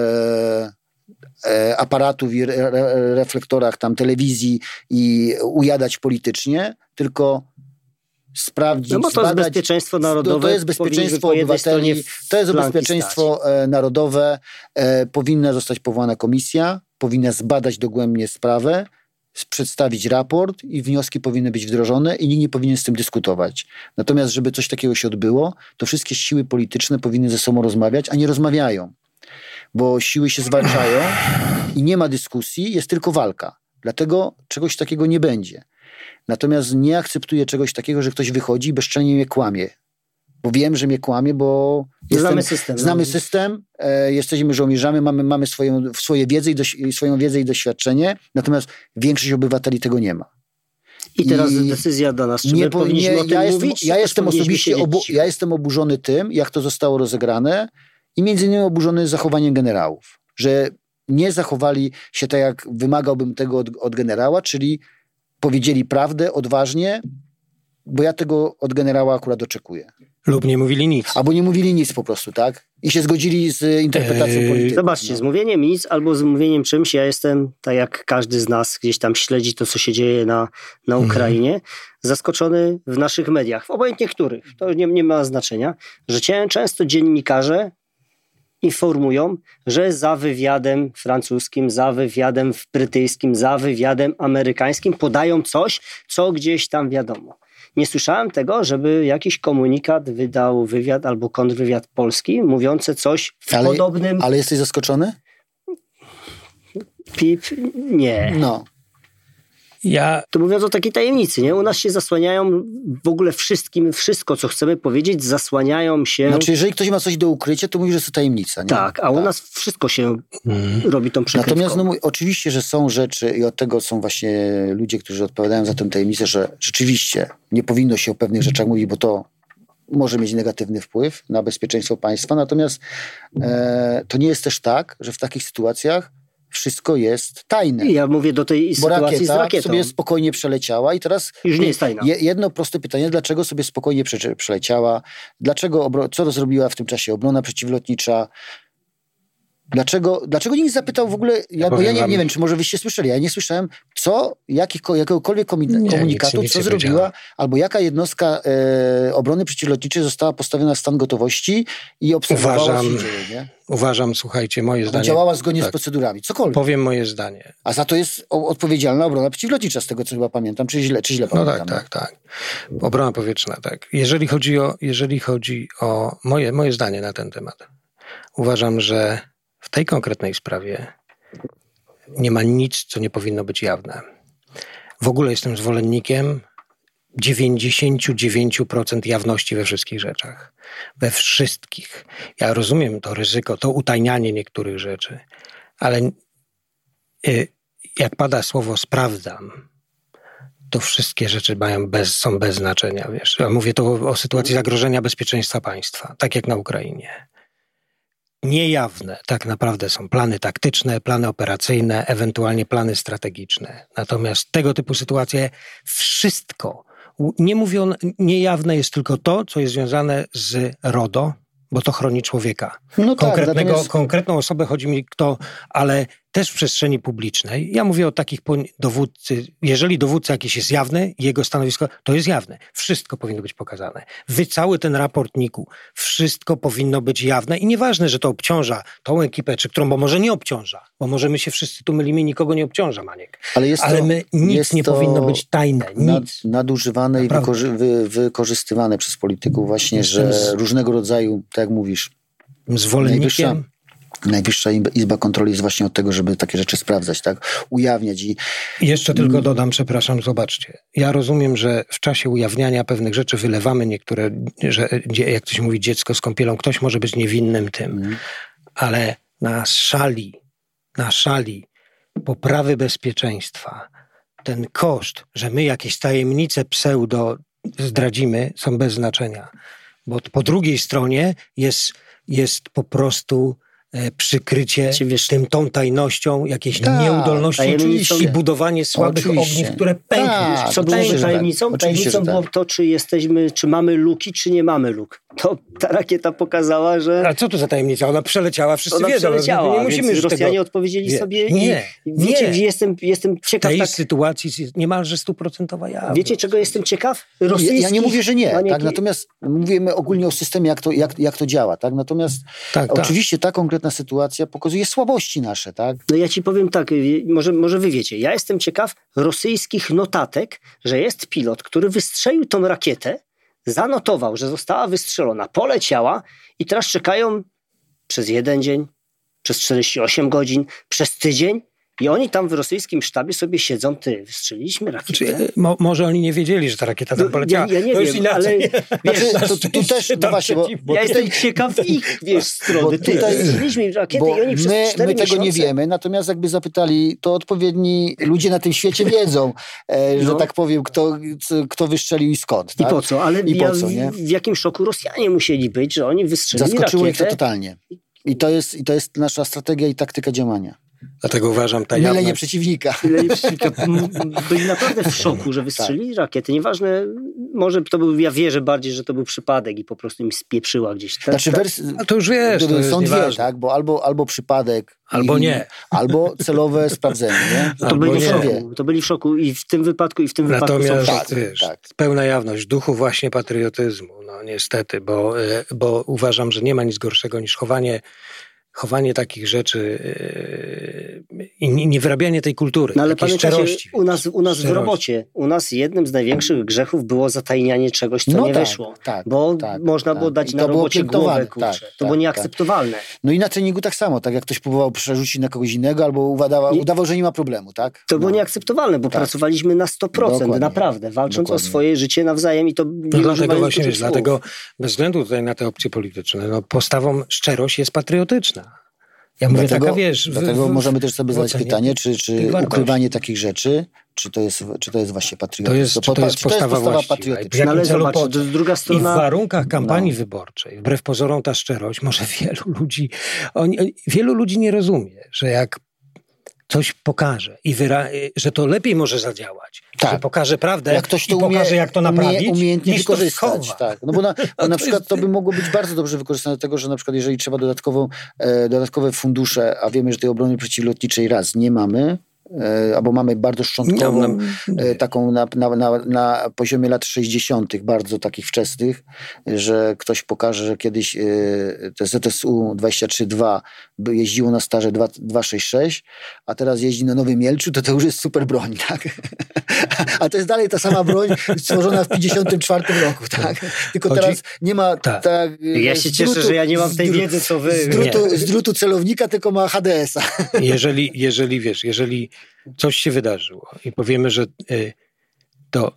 e, e, aparatów i re, re, reflektorach tam telewizji i ujadać politycznie, tylko sprawdzić, no bo to zbadać, jest bezpieczeństwo narodowe. To jest bezpieczeństwo obywateli, to jest bezpieczeństwo stać. narodowe. E, powinna zostać powołana komisja, powinna zbadać dogłębnie sprawę, przedstawić raport i wnioski powinny być wdrożone i nikt nie powinien z tym dyskutować. Natomiast, żeby coś takiego się odbyło, to wszystkie siły polityczne powinny ze sobą rozmawiać, a nie rozmawiają. Bo siły się zwalczają i nie ma dyskusji, jest tylko walka. Dlatego czegoś takiego nie będzie. Natomiast nie akceptuję czegoś takiego, że ktoś wychodzi i bezczelnie mnie kłamie. Bo wiem, że mnie kłamie, bo jestem, znamy system. Znamy system, e, jesteśmy żołnierzami, mamy, mamy swoją, swoje wiedzę i doś, swoją wiedzę i doświadczenie, natomiast większość obywateli tego nie ma. I teraz I decyzja do nas, czy nie, my powinniśmy nie, o tym ja mówić? Jestem, ja, jestem osobiście obu, ja jestem oburzony tym, jak to zostało rozegrane i między innymi oburzony zachowaniem generałów. Że nie zachowali się tak, jak wymagałbym tego od, od generała, czyli powiedzieli prawdę odważnie, bo ja tego od generała akurat oczekuję. Lub nie mówili nic. Albo nie mówili nic po prostu, tak? I się zgodzili z interpretacją eee, polityki. Zobaczcie, no. z mówieniem nic albo z mówieniem czymś, ja jestem, tak jak każdy z nas gdzieś tam śledzi to, co się dzieje na, na Ukrainie, mm. zaskoczony w naszych mediach, w obojętnie których, to nie, nie ma znaczenia, że często dziennikarze informują, że za wywiadem francuskim, za wywiadem brytyjskim, za wywiadem amerykańskim podają coś, co gdzieś tam wiadomo. Nie słyszałem tego, żeby jakiś komunikat wydał wywiad albo kontrwywiad polski, mówiący coś w ale, podobnym... Ale jesteś zaskoczony? Pip, nie. No. Ja... To mówiąc o takiej tajemnicy, nie? U nas się zasłaniają w ogóle wszystkim, wszystko, co chcemy powiedzieć, zasłaniają się... Znaczy, jeżeli ktoś ma coś do ukrycia, to mówi, że to tajemnica, nie? Tak, a tak. u nas wszystko się hmm. robi tą przykrywką. Natomiast no, oczywiście, że są rzeczy i od tego są właśnie ludzie, którzy odpowiadają za tę tajemnicę, że rzeczywiście nie powinno się o pewnych rzeczach mówić, bo to może mieć negatywny wpływ na bezpieczeństwo państwa. Natomiast e, to nie jest też tak, że w takich sytuacjach wszystko jest tajne. Ja mówię do tej sytuacji rakieta z rakietą. sobie spokojnie przeleciała i teraz... Już nie jest tajna. Jedno proste pytanie, dlaczego sobie spokojnie prze, przeleciała? Dlaczego, co to zrobiła w tym czasie obrona przeciwlotnicza? Dlaczego, dlaczego nikt nie zapytał w ogóle, ja, bo ja nie, nie wiem, czy może wyście słyszeli, ja nie słyszałem, co, jakich, jakiegokolwiek komi- komunikatu, nic, nic co zrobiła, powiedziała. Albo jaka jednostka e, obrony przeciwlotniczej została postawiona w stan gotowości i obserwowała, uważam, co się dzieje, nie? Uważam, słuchajcie, moje zdanie... Działała zgodnie tak. z procedurami, cokolwiek. Powiem moje zdanie. A za to jest odpowiedzialna obrona przeciwlotnicza, z tego co chyba pamiętam, czy źle, czy źle no pamiętam. No tak, tak, tak. Obrona powietrzna, tak. Jeżeli chodzi o, jeżeli chodzi o moje, moje zdanie na ten temat, uważam, że w tej konkretnej sprawie nie ma nic, co nie powinno być jawne. W ogóle jestem zwolennikiem dziewięćdziesiąt dziewięć procent jawności we wszystkich rzeczach. We wszystkich. Ja rozumiem to ryzyko, to utajnianie niektórych rzeczy, ale y, jak pada słowo sprawdzam, to wszystkie rzeczy mają bez, są bez znaczenia. Wiesz. Ja mówię to o, o sytuacji zagrożenia bezpieczeństwa państwa, tak jak na Ukrainie. Niejawne tak naprawdę są plany taktyczne, plany operacyjne, ewentualnie plany strategiczne. Natomiast tego typu sytuacje, wszystko, nie mówię, niejawne jest tylko to, co jest związane z RODO, bo to chroni człowieka. No Konkretnego, tak, natomiast... Konkretną osobę, chodzi mi kto, ale też w przestrzeni publicznej. Ja mówię o takich dowódcy, jeżeli dowódca jakiś jest jawny, jego stanowisko, to jest jawne. Wszystko powinno być pokazane. Wy cały ten raport N I K-u, wszystko powinno być jawne i nieważne, że to obciąża tą ekipę, czy którą, bo może nie obciąża, bo może my się wszyscy tu mylimy, nikogo nie obciąża, Maniek. Ale, jest ale to, my, nic jest nie powinno być tajne. Nic. Nad, nadużywane Naprawdę. i wykorzy- wy, wykorzystywane przez polityków właśnie, Jestem że z... różnego rodzaju, tak jak mówisz, zwolennikiem... Najwyższa Izba Kontroli jest właśnie od tego, żeby takie rzeczy sprawdzać, tak? Ujawniać i... Jeszcze tylko dodam, przepraszam, zobaczcie. Ja rozumiem, że w czasie ujawniania pewnych rzeczy wylewamy niektóre, że jak ktoś mówi dziecko z kąpielą, ktoś może być niewinnym tym, mm. ale na szali, na szali poprawy bezpieczeństwa ten koszt, że my jakieś tajemnice pseudo zdradzimy, są bez znaczenia. Bo po drugiej stronie jest, jest po prostu przykrycie wiesz, tym, tą tajnością, jakiejś ta, nieudolnością i budowanie słabych oczywiście. ogniw, które pękną. Ta, co było tajemnicą? Tajemnicą było to, czy jesteśmy, czy mamy luki, czy nie mamy luk. To ta rakieta pokazała, że... A co to za tajemnica? Ona przeleciała, wszyscy Ona wiedzą. Przeleciała, nie musimy już Rosjanie tego... odpowiedzieli Wie. sobie nie, i wiecie, nie. Jestem, jestem ciekaw... W tej tak... sytuacji jest niemalże stuprocentowa jawność. Wiecie, czego jestem ciekaw? Ja, ja nie mówię, że nie. Manieki... Tak? Natomiast mówimy ogólnie o systemie, jak to, jak, jak to działa. Tak? Natomiast tak, oczywiście tak. ta konkretna sytuacja pokazuje słabości nasze. Tak? No ja ci powiem tak, może, może wy wiecie. Ja jestem ciekaw rosyjskich notatek, że jest pilot, który wystrzelił tą rakietę, zanotował, że została wystrzelona, poleciała i teraz czekają przez jeden dzień, przez czterdzieści osiem godzin, przez tydzień i oni tam w rosyjskim sztabie sobie siedzą, ty, wystrzeliliśmy rakietę. Znaczy, mo, może oni nie wiedzieli, że ta rakieta tam poleciała. Ja, ja nie to wiem, ale wiesz, to, to, tu też, no właśnie, bo, bo ja tutaj, jestem ciekaw ich, wiesz, strony. Ty, tutaj, strzeliliśmy rakietę i oni przez my, cztery my tego miesiące... nie wiemy, natomiast jakby zapytali, to odpowiedni ludzie na tym świecie wiedzą, e, no. że tak powiem, kto, kto wystrzelił i skąd. Tak? I po co? Ale I ja, po co, nie? w jakim szoku Rosjanie musieli być, że oni wystrzelili Zaskoczyło rakietę. ich to totalnie. I to, jest, I to jest nasza strategia i taktyka działania. Dlatego uważam, ta jawność... Mylenie przeciwnika. Mylenie przeciwnika. Byli naprawdę w szoku, że wystrzelili tak. rakiety. Nieważne, może to był, ja wierzę bardziej, że to był przypadek i po prostu im spieprzyła gdzieś. Tak, znaczy, tak. wers... A to już wiesz, to są dwie, nieważne. tak? Bo albo, albo przypadek, albo i, nie. Albo celowe sprawdzenie. Nie? To, byli w szoku. to byli w szoku i w tym wypadku, i w tym Natomiast, wypadku są tak, wiesz, tak. pełna jawność duchu właśnie patriotyzmu. No niestety, bo, bo uważam, że nie ma nic gorszego niż chowanie chowanie takich rzeczy i yy, nie wyrabianie tej kultury, no ale takiej szczerości. U nas, u nas w robocie, u nas jednym z największych grzechów było zatajnianie czegoś, co no nie tak, wyszło. Tak, bo tak, można tak. było dać I na robocie głowę, kurczę. Tak, to tak, było nieakceptowalne. Tak. No i na treningu tak samo, tak jak ktoś próbował przerzucić na kogoś innego albo udawał, nie, udawał że nie ma problemu, tak? To no. było nieakceptowalne, bo tak. pracowaliśmy na sto procent, Dokładnie. naprawdę, walcząc Dokładnie. o swoje życie nawzajem i to... No dlatego właśnie, wiesz, dlatego bez względu tutaj na te opcje polityczne, no postawą szczerość jest patriotyczna. Ja mówię, dlatego, taka, wiesz, dlatego w, w, możemy też sobie zadać pytanie, czy, czy ukrywanie takich rzeczy, czy to jest, czy to jest właśnie patriotyzm. To jest, to, to jest czy postawa, to jest postawa patriotyczna. No ale zobacz, po... druga strona... I w warunkach kampanii no. wyborczej, wbrew pozorom ta szczerość, może wielu ludzi, oni, wielu ludzi nie rozumie, że jak coś pokaże i wyra- że to lepiej może zadziałać, tak. że pokaże prawdę jak ktoś to i umie, pokaże, jak to naprawić, umie, umiejętnie wykorzystać. Tak. No bo na, no na przykład jest... to by mogło być bardzo dobrze wykorzystane do tego, że na przykład jeżeli trzeba dodatkową, e, dodatkowe fundusze, a wiemy, że tej obrony przeciwlotniczej raz nie mamy, albo mamy bardzo szczątkową, no, no, taką na, na, na, na poziomie lat sześćdziesiątych, bardzo takich wczesnych, że ktoś pokaże, że kiedyś te Z S U dwadzieścia trzy dwa jeździło na starze dwieście sześćdziesiąt sześć, a teraz jeździ na Nowym Mielczu, to to już jest super broń, tak? A to jest dalej ta sama broń stworzona w pięćdziesiątym czwartym roku, tak? Tylko Chodzi... teraz nie ma... Tak. tak ja się cieszę, drutu, że ja nie mam tej wiedzy, co wy... Z drutu, z drutu celownika, tylko ma H D S-a. Jeżeli, jeżeli wiesz, jeżeli coś się wydarzyło i powiemy, że y, to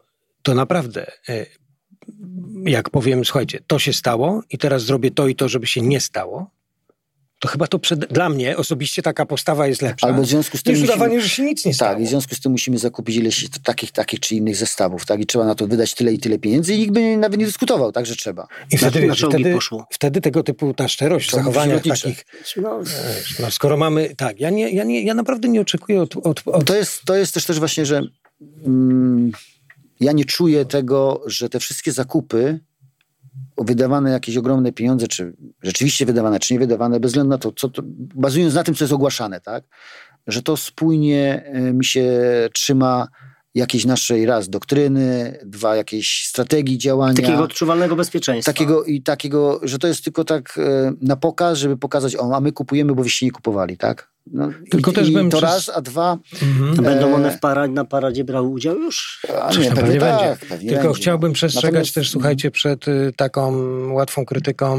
to naprawdę, jak powiem, słuchajcie, to się stało i teraz zrobię to i to, żeby się nie stało, to chyba to przed, dla mnie osobiście taka postawa jest lepsza. Albo w związku z tym niż musimy, udawanie, że się nic nie stało. Tak, i w związku z tym musimy zakupić ileś takich, takich czy innych zestawów, tak? I trzeba na to wydać tyle i tyle pieniędzy i nikt by nawet nie dyskutował, tak, że trzeba. I wtedy, na, wiesz, na wtedy, poszło. wtedy tego typu ta szczerość w zachowaniach takich... No, no, skoro mamy... Tak, ja, nie, ja, nie, ja naprawdę nie oczekuję od... od, od... To, jest, to jest też też właśnie, że mm, ja nie czuję tego, że te wszystkie zakupy wydawane jakieś ogromne pieniądze, czy rzeczywiście wydawane, czy nie wydawane, bez względu na to, co to, bazując na tym, co jest ogłaszane, tak, że to spójnie mi się trzyma jakiejś naszej raz doktryny, dwa jakiejś strategii działania. Takiego odczuwalnego bezpieczeństwa. Takiego i takiego, że to jest tylko tak e, na pokaz, żeby pokazać, o, a my kupujemy, bo wyście nie kupowali, tak? No, tylko i, też i bym to przez... raz, a dwa... Mhm. E... Będą one w para, na paradzie brały udział już? A nie, pewnie, pewnie tak, będzie. Pewnie tylko będzie. chciałbym przestrzegać Natomiast... też, słuchajcie, przed y, taką łatwą krytyką.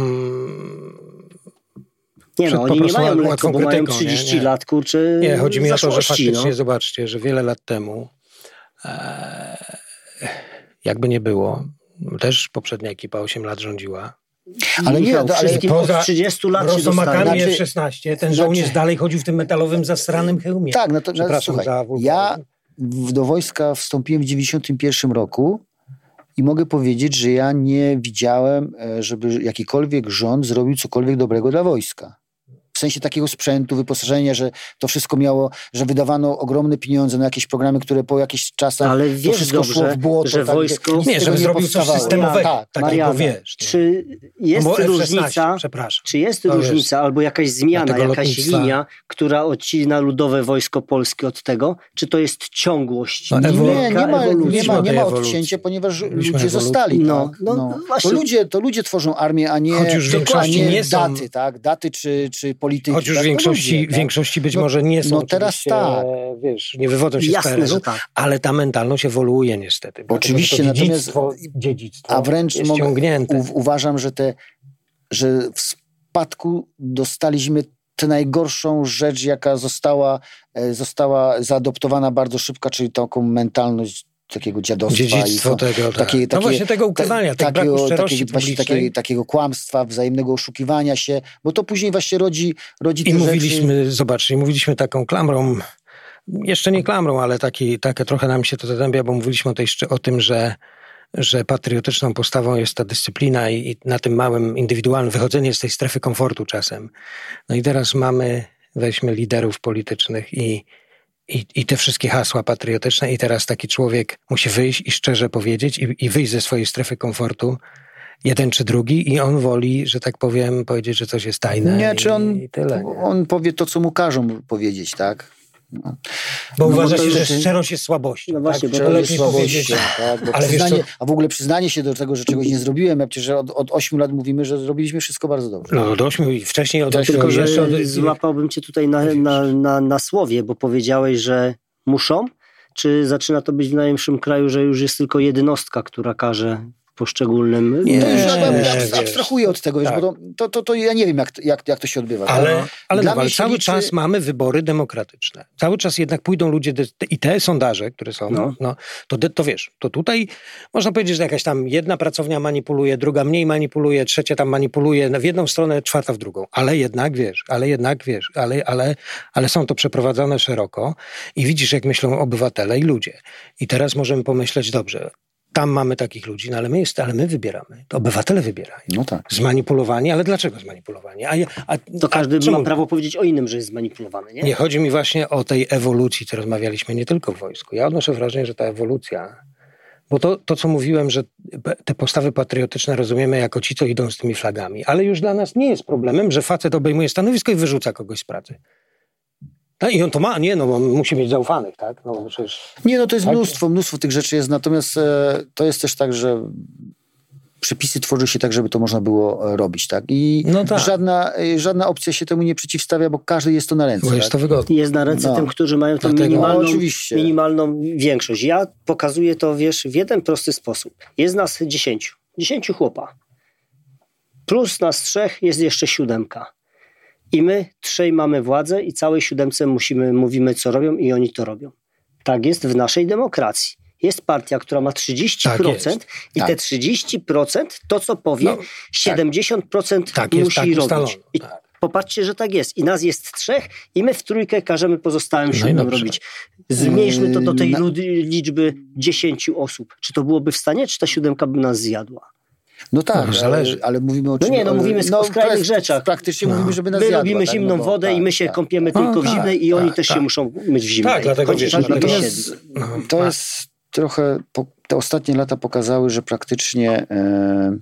Nie no, oni nie mają lekko, bo mają trzydzieści lat, kurczę. Nie, chodzi mi o to, że faktycznie, no. zobaczcie, że wiele lat temu e, jakby nie było, też poprzednia ekipa osiem lat rządziła. Ale nie, Michał, ale poza trzydziestu lat się dostali. F szesnaście, ten żołnierz znaczy... dalej chodził w tym metalowym, zasranym hełmie. Tak, no to no, słuchaj, za ja do wojska wstąpiłem w dziewięćdziesiątym pierwszym roku i mogę powiedzieć, że ja nie widziałem, żeby jakikolwiek rząd zrobił cokolwiek dobrego dla wojska. W sensie takiego sprzętu, wyposażenia, że to wszystko miało, że wydawano ogromne pieniądze na jakieś programy, które po jakichś czasach ale to wiesz wszystko dobrze, szło w błoto. Że tak, wojsko... Nie, żeby zrobił coś systemowego. Tak, tak, Mariana, wiesz, czy jest no różnica, czy jest różnica jest. albo jakaś zmiana, jakaś lotnictwa. linia, która odcina Ludowe Wojsko Polskie od tego? Czy to jest ciągłość? No, ewolu- nie, nie ma, nie ma, nie ma odcięcia, ponieważ Mieliśmy ludzie ewolucji. zostali. No, tak? no, no. Właśnie. To, ludzie, to ludzie tworzą armię, a nie, a nie, nie daty, są... tak? daty czy, czy polityki. Choć już tak? większości, ludzie, tak? większości być no, może nie są. No teraz tak. Wiesz, nie wywodzą się Jasne, z P R L-u, że tak. ale ta mentalność ewoluuje niestety. Oczywiście, to dziedzictwo, natomiast dziedzictwo a wręcz jest mogę, ciągnięte. U, uważam, że, te, że w spadku dostaliśmy tę najgorszą rzecz, jaka została, została zaadoptowana bardzo szybko, czyli taką mentalność takiego dziadostwa. Dziedzictwo i to, tego, tak. takie, no takie, właśnie tego ukrywania, ta, tego braku szczerości takie, takie, takiego kłamstwa, wzajemnego oszukiwania się, bo to później właśnie rodzi, rodzi te I mówiliśmy, rzeczy. Zobaczcie, mówiliśmy taką klamrą, jeszcze nie klamrą, ale taki, takie trochę nam się to zazębia, bo mówiliśmy o, tej, o tym, że że patriotyczną postawą jest ta dyscyplina i, i na tym małym, indywidualnym wychodzenie z tej strefy komfortu czasem. No i teraz mamy, weźmy liderów politycznych i, i, i te wszystkie hasła patriotyczne i teraz taki człowiek musi wyjść i szczerze powiedzieć i, i wyjść ze swojej strefy komfortu, jeden czy drugi, i on woli, że tak powiem, powiedzieć, że coś jest tajne. Nie, i, czy on, i tyle, nie? on powie to, co mu każą powiedzieć, tak? No. Bo no uważa bo się, że jest... szczerość jest słabością. No właśnie, tak? bo to lepiej powiedzieć. Tak, bo ale przyznanie, wiesz, a w ogóle przyznanie się do tego, że czegoś nie zrobiłem, ja przecież od, od ośmiu lat mówimy, że zrobiliśmy wszystko bardzo dobrze. No od ośmiu i wcześniej od ośmiu. Tylko, że jeszcze od... złapałbym cię tutaj na, na, na, na słowie, bo powiedziałeś, że muszą, czy zaczyna to być w najlepszym kraju, że już jest tylko jednostka, która każe poszczególnym... Nie, to już nie, abstrahuję od tego, tak. Bo to, to, to, to ja nie wiem, jak, jak, jak to się odbywa. Ale, no. ale, no, ale cały liczy... czas mamy wybory demokratyczne. Cały czas jednak pójdą ludzie i te sondaże, które są, no. No, to, to wiesz, to tutaj można powiedzieć, że jakaś tam jedna pracownia manipuluje, druga mniej manipuluje, trzecia tam manipuluje w jedną stronę, czwarta w drugą. Ale jednak, wiesz, ale jednak, wiesz, ale, ale, ale są to przeprowadzone szeroko i widzisz, jak myślą obywatele i ludzie. I teraz możemy pomyśleć, dobrze, tam mamy takich ludzi, no ale my, jest, ale my wybieramy. To obywatele wybierają. No tak. Zmanipulowani, ale dlaczego zmanipulowani? A, a, to każdy a ma prawo powiedzieć o innym, że jest zmanipulowany, nie? Nie, chodzi mi właśnie o tej ewolucji, co rozmawialiśmy nie tylko w wojsku. Ja odnoszę wrażenie, że ta ewolucja, bo to, to co mówiłem, że te postawy patriotyczne rozumiemy jako ci, co idą z tymi flagami, ale już dla nas nie jest problemem, że facet obejmuje stanowisko i wyrzuca kogoś z pracy. No i on to ma, nie, no bo musi mieć zaufanych, tak? No, przecież... Nie, no to jest mnóstwo, mnóstwo tych rzeczy jest, natomiast e, to jest też tak, że przepisy tworzy się tak, żeby to można było robić, tak? I no tak. Żadna, żadna opcja się temu nie przeciwstawia, bo każdy jest to na ręce. Bo jest tak? to wygodne. Jest na ręce no. tym, którzy mają tą minimalną, no, minimalną większość. Ja pokazuję to, wiesz, w jeden prosty sposób. Jest nas dziesięciu. Dziesięciu chłopa. Plus nas trzech jest jeszcze siódemka. I my trzej mamy władzę i całej siódemce musimy, mówimy, co robią i oni to robią. Tak jest w naszej demokracji. jest partia, która ma trzydzieści procent tak i tak. te trzydzieści procent to, co powie, no, siedemdziesiąt procent tak. Tak, musi tak robić. I tak. Popatrzcie, że tak jest. I nas jest trzech i my w trójkę każemy pozostałym siódmym no robić. Zmniejszmy to do tej no. liczby dziesięciu osób. Czy to byłoby w stanie, czy ta siódemka by nas zjadła? No tak, no, ale, ale mówimy o czym... No nie, no mówimy no, o skrajnych pra- rzeczach. Praktycznie no. mówimy, żeby nas My zjadła. lubimy tak, zimną no bo, wodę tak, i my się tak, kąpiemy tak, tylko no, w zimnej tak, i oni tak, też tak. się muszą myć w zimnej. Tak, dlatego wiesz, tak, to, jest, to jest trochę... Te ostatnie lata pokazały, że praktycznie... E,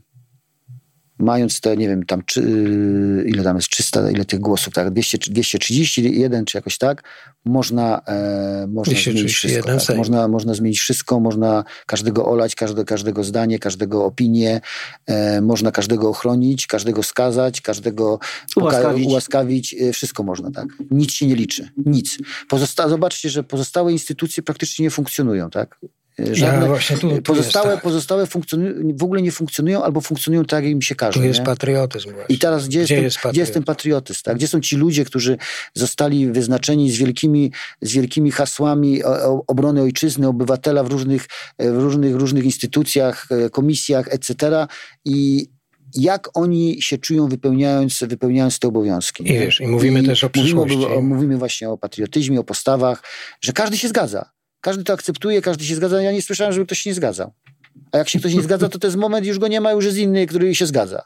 mając te, nie wiem, tam czy, ile tam jest, trzysta, ile tych głosów, tak, dwieście, dwieście trzydzieści jeden czy jakoś tak, można, e, można zmienić wszystko. Tak? Można, można zmienić wszystko, można każdego olać, każde, każdego zdanie, każdego opinię, e, można każdego ochronić, każdego skazać, każdego ułaskawić. Poka- ułaskawić, e, wszystko można, tak. Nic się nie liczy, nic. Pozosta- zobaczcie, że pozostałe instytucje praktycznie nie funkcjonują, tak. Żadne, ja tu, tu pozostałe, tak. pozostałe funkcjonują, w ogóle nie funkcjonują albo funkcjonują tak, jak im się każe. Tu jest nie? patriotyzm właśnie. I teraz gdzie, gdzie, jest, ten, gdzie jest ten patriotyzm? Tak? Gdzie są ci ludzie, którzy zostali wyznaczeni z wielkimi, z wielkimi hasłami o, o, obrony ojczyzny, obywatela w różnych, w różnych, różnych instytucjach, komisjach, et cetera. I jak oni się czują wypełniając, wypełniając te obowiązki. I wiesz, i mówimy I też o przyszłości. Mówimy, o, mówimy właśnie o patriotyzmie, o postawach, że każdy się zgadza. Każdy to akceptuje, każdy się zgadza. Ja nie słyszałem, żeby ktoś się nie zgadzał. A jak się ktoś nie zgadza, to to jest moment, już go nie ma, już jest inny, który się zgadza.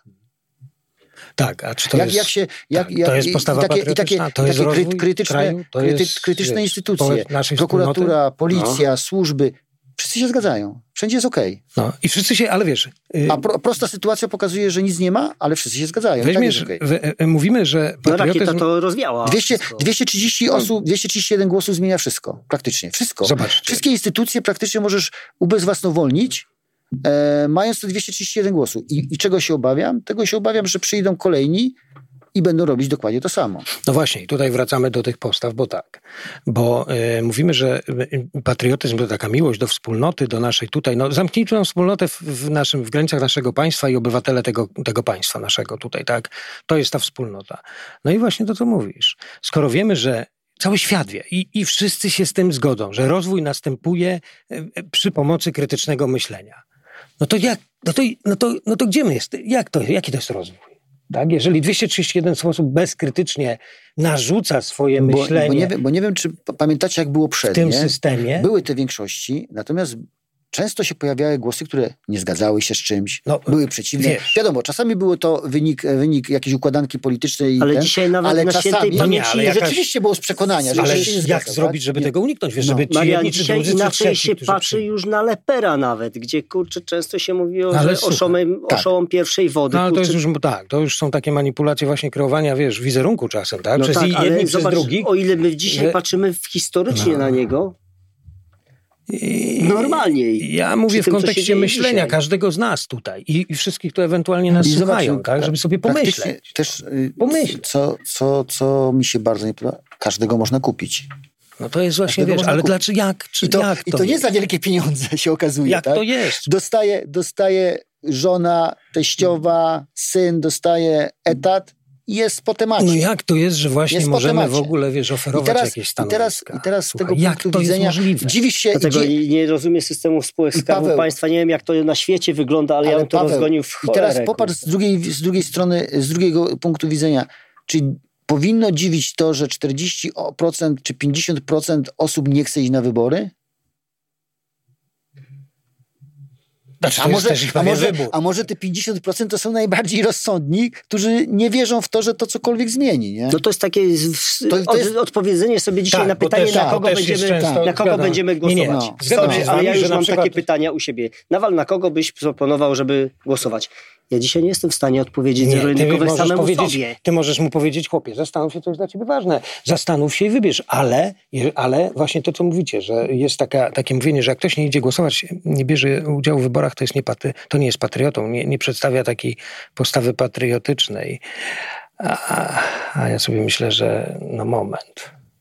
Tak, a czy to jak, jest... Jak się, jak, tak, to jest postawa i takie, patriotyczna, i takie, to jest takie rozwój krytyczne, kraju, to kryty, jest, krytyczne wiesz, instytucje, prokuratura, wspólnoty. policja, no. służby, wszyscy się zgadzają. Wszędzie jest okej. Okay. No i wszyscy się, ale wiesz... Yy... A pro, prosta sytuacja pokazuje, że nic nie ma, ale wszyscy się zgadzają. Weźmiesz, tak okay. w, mówimy, że patriotyzm... No rakieta to rozwiała. dwieście, dwieście trzydzieści osób, dwieście trzydzieści jeden głosów zmienia wszystko. Praktycznie. Wszystko. Zobaczcie. Wszystkie instytucje praktycznie możesz ubezwłasnowolnić, e, mając te dwieście trzydzieści jeden głosów. I, I czego się obawiam? Tego się obawiam, że przyjdą kolejni i będą robić dokładnie to samo. No właśnie, i tutaj wracamy do tych postaw, bo tak, bo y, mówimy, że patriotyzm to taka miłość do wspólnoty, do naszej tutaj, no zamknijmy tę wspólnotę w, w naszym, w granicach naszego państwa i obywatele tego, tego państwa naszego tutaj, tak, to jest ta wspólnota. No i właśnie to, co mówisz. Skoro wiemy, że cały świat wie i, i wszyscy się z tym zgodzą, że rozwój następuje y, przy pomocy krytycznego myślenia, no to jak, no to, no to, no to gdzie my jesteśmy, jak to, jaki to jest rozwój? Tak? Jeżeli dwieście trzydzieści jeden osób bezkrytycznie narzuca swoje bo, myślenie... Bo nie, wiem, bo nie wiem, czy pamiętacie, jak było przed, w tym nie? systemie. Były te większości, natomiast często się pojawiały głosy, które nie zgadzały się z czymś, no, były przeciwne. Wiesz. Wiadomo, czasami było to wynik, wynik jakiejś układanki politycznej. Ale ten, dzisiaj nawet ale na czasami, świętej no nie, ale jakaś, rzeczywiście było z przekonania. Że ale się nie jak zgadza, zrobić, tak? żeby nie. tego uniknąć? Wiesz, no. żeby ci Marian, jedni, czy dzisiaj drudzy, inaczej trzeci, się patrzy przy... już na Lepera nawet, gdzie kurczę często się mówiło, ale że oszołem, tak. oszołom pierwszej wody. No, ale kurczę... to jest już, tak, to już są takie manipulacje właśnie kreowania, wiesz, wizerunku czasem, tak? No przez tak, jedni, przez zobacz, drugich. O ile my dzisiaj że... patrzymy historycznie no. na niego, I normalniej. Ja mówię w tym, kontekście myślenia dzisiaj. Każdego z nas tutaj i, i wszystkich, które ewentualnie nas I słuchają, zobacz, tak, żeby sobie pomyśleć. Też, pomyśleć. Co, co, co mi się bardzo nie podoba, każdego można kupić. No to jest właśnie, wiesz, ale dlaczego, jak, czy, I to, jak to I to nie za wielkie pieniądze się okazuje. Jak tak? to jest? Dostaje, dostaje żona, teściowa, syn, dostaje etat i jest po temacie. No jak to jest, że właśnie jest możemy w ogóle, wiesz, oferować teraz, jakieś stanowiska? I teraz, i teraz Słuchaj, z tego jak punktu to widzenia jest możliwe? dziwisz się... Dlatego dzi... nie rozumiem systemu spółek Skarbu Paweł, Państwa. Nie wiem, jak to na świecie wygląda, ale, ale ja bym to Paweł, rozgonił w cholerę. I teraz popatrz z drugiej, z drugiej strony, z drugiego punktu widzenia. Czyli powinno dziwić to, że czterdzieści procent czy pięćdziesiąt procent osób nie chce iść na wybory? Znaczy, a, może, a, może, a może te pięćdziesiąt procent to są najbardziej rozsądni, którzy nie wierzą w to, że to cokolwiek zmieni, nie? No to jest takie to, to jest... Od, odpowiedzenie sobie dzisiaj tak, na pytanie, też, na kogo, będziemy, często, na kogo będziemy głosować. Nie, nie, no. Zgadzam się z wami, ale ja już mam przykład... takie pytania u siebie. Nawal, na kogo byś proponował, żeby głosować? Ja dzisiaj nie jestem w stanie odpowiedzieć zero-jedynkowo samemu powiedzieć, sobie. Ty możesz mu powiedzieć, chłopie, zastanów się, co jest dla ciebie ważne. Zastanów się i wybierz. Ale, ale właśnie to, co mówicie, że jest taka, takie mówienie, że jak ktoś nie idzie głosować, nie bierze udziału w wyborach, to, jest nie, paty, to nie jest patriotą, nie, nie przedstawia takiej postawy patriotycznej. A, a ja sobie myślę, że no moment.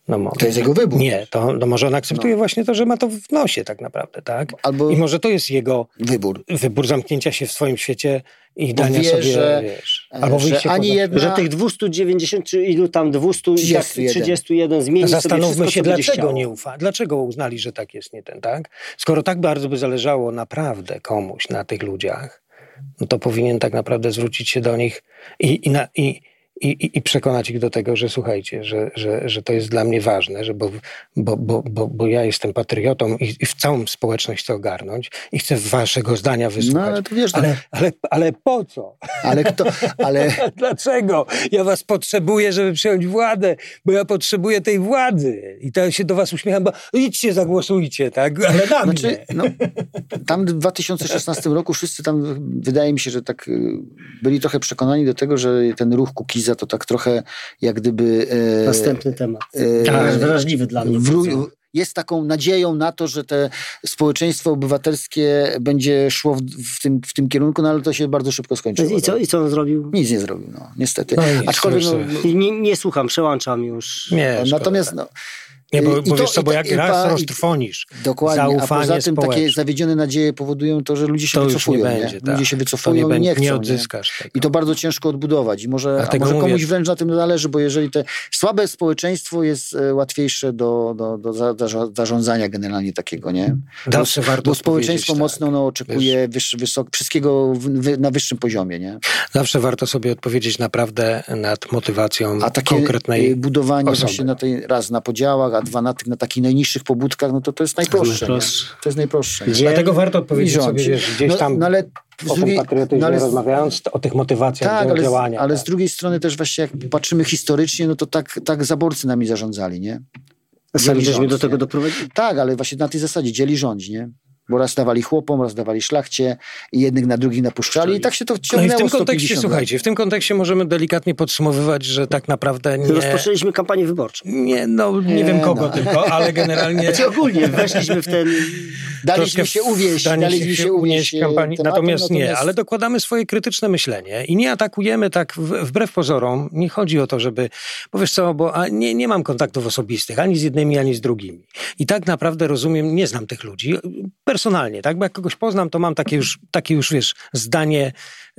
No może. To jest jego wybór. Nie, to no może on akceptuje no. właśnie to, że ma to w nosie tak naprawdę, tak? Albo I może to jest jego wybór. Wybór zamknięcia się w swoim świecie i Bo dania wie, sobie, że, wiesz, albo że ani jedna... Że tych dwieście dziewięćdziesiąt, czy ilu tam, dwieście trzydzieści jeden zmieni Zastanówmy sobie wszystko, się, dlaczego nie ufa. Dlaczego uznali, że tak jest, nie ten, tak? Skoro tak bardzo by zależało naprawdę komuś na tych ludziach, no to powinien tak naprawdę zwrócić się do nich i, i, na, i I, i przekonać ich do tego, że słuchajcie, że, że, że to jest dla mnie ważne, że bo, bo, bo, bo, bo ja jestem patriotą i, i w całą społeczność chcę ogarnąć i chcę waszego zdania wysłuchać. No, ale, to wiesz, ale, ale, ale po co? Ale kto? Ale... Dlaczego? Ja was potrzebuję, żeby przejąć władzę, bo ja potrzebuję tej władzy. I to się do was uśmiecham, bo idźcie, zagłosujcie, tak? Ale na znaczy, mnie. No, tam w dwa tysiące szesnastym roku wszyscy tam, wydaje mi się, że tak byli trochę przekonani do tego, że ten ruch Kukiza to tak trochę jak gdyby... E, Następny temat. E, wrażliwy dla mnie. Wró- jest taką nadzieją na to, że te społeczeństwo obywatelskie będzie szło w, w, tym, w tym kierunku, no ale to się bardzo szybko skończyło. I co, i co on zrobił? Nic nie zrobił, no niestety. No, Aczkolwiek... No, nie, nie słucham, przełączam już. Nie, natomiast... No, Nie, bo, bo to, wiesz co, bo jak raz roztrwonisz dokładnie, zaufanie a poza tym społeczne, takie zawiedzione nadzieje powodują to, że ludzie się to wycofują. Nie nie? będzie, ludzie tak. się wycofują nie i nie chcą. Nie odzyskasz nie? tego. I to bardzo ciężko odbudować. I może, a może komuś mówię, wręcz na tym zależy, bo jeżeli te słabe społeczeństwo jest łatwiejsze do, do, do za, za, zarządzania generalnie takiego, nie? Zawsze bo, warto bo społeczeństwo tak. mocno no, oczekuje wyż, wysok, wszystkiego w, w, na wyższym poziomie, nie? Zawsze warto sobie odpowiedzieć naprawdę nad motywacją a takie konkretnej budowanie osoby. Właśnie na tej, raz na podziałach, a dwa na tych na takich najniższych pobudkach, no to to jest najprostsze. To jest najprostsze. Gdzie? Dlatego warto odpowiedzieć sobie, wiesz, gdzieś no, tam no, ale o drugiej, tym patriotyzmie no, ale, rozmawiając, o tych motywacjach tak, ale, działania. Ale tak. z drugiej strony też właśnie jak patrzymy historycznie, no to tak, tak zaborcy nami zarządzali, nie? Sami żeśmy do tego doprowadzili. Tak, ale właśnie na tej zasadzie dzieli rządź, nie? Bo raz dawali chłopom, raz dawali szlachcie i jednych na drugich napuszczali i tak się to ciągnęło. No i w tym kontekście, lat. słuchajcie, w tym kontekście możemy delikatnie podsumowywać, że tak naprawdę nie... Rozpoczęliśmy kampanię wyborczą. Nie, no nie, nie wiem kogo no. tylko, ale generalnie... Znaczy ogólnie weszliśmy w ten... Daliśmy się uwieść, daliśmy się unieść kampanii, tematem, natomiast, natomiast nie, ale dokładamy swoje krytyczne myślenie i nie atakujemy tak wbrew pozorom, nie chodzi o to, żeby... Bo wiesz co, bo nie, nie mam kontaktów osobistych, ani z jednymi, ani z drugimi. I tak naprawdę rozumiem, nie znam tych ludzi, personalnie, tak? Bo jak kogoś poznam, to mam takie już, takie już wiesz, zdanie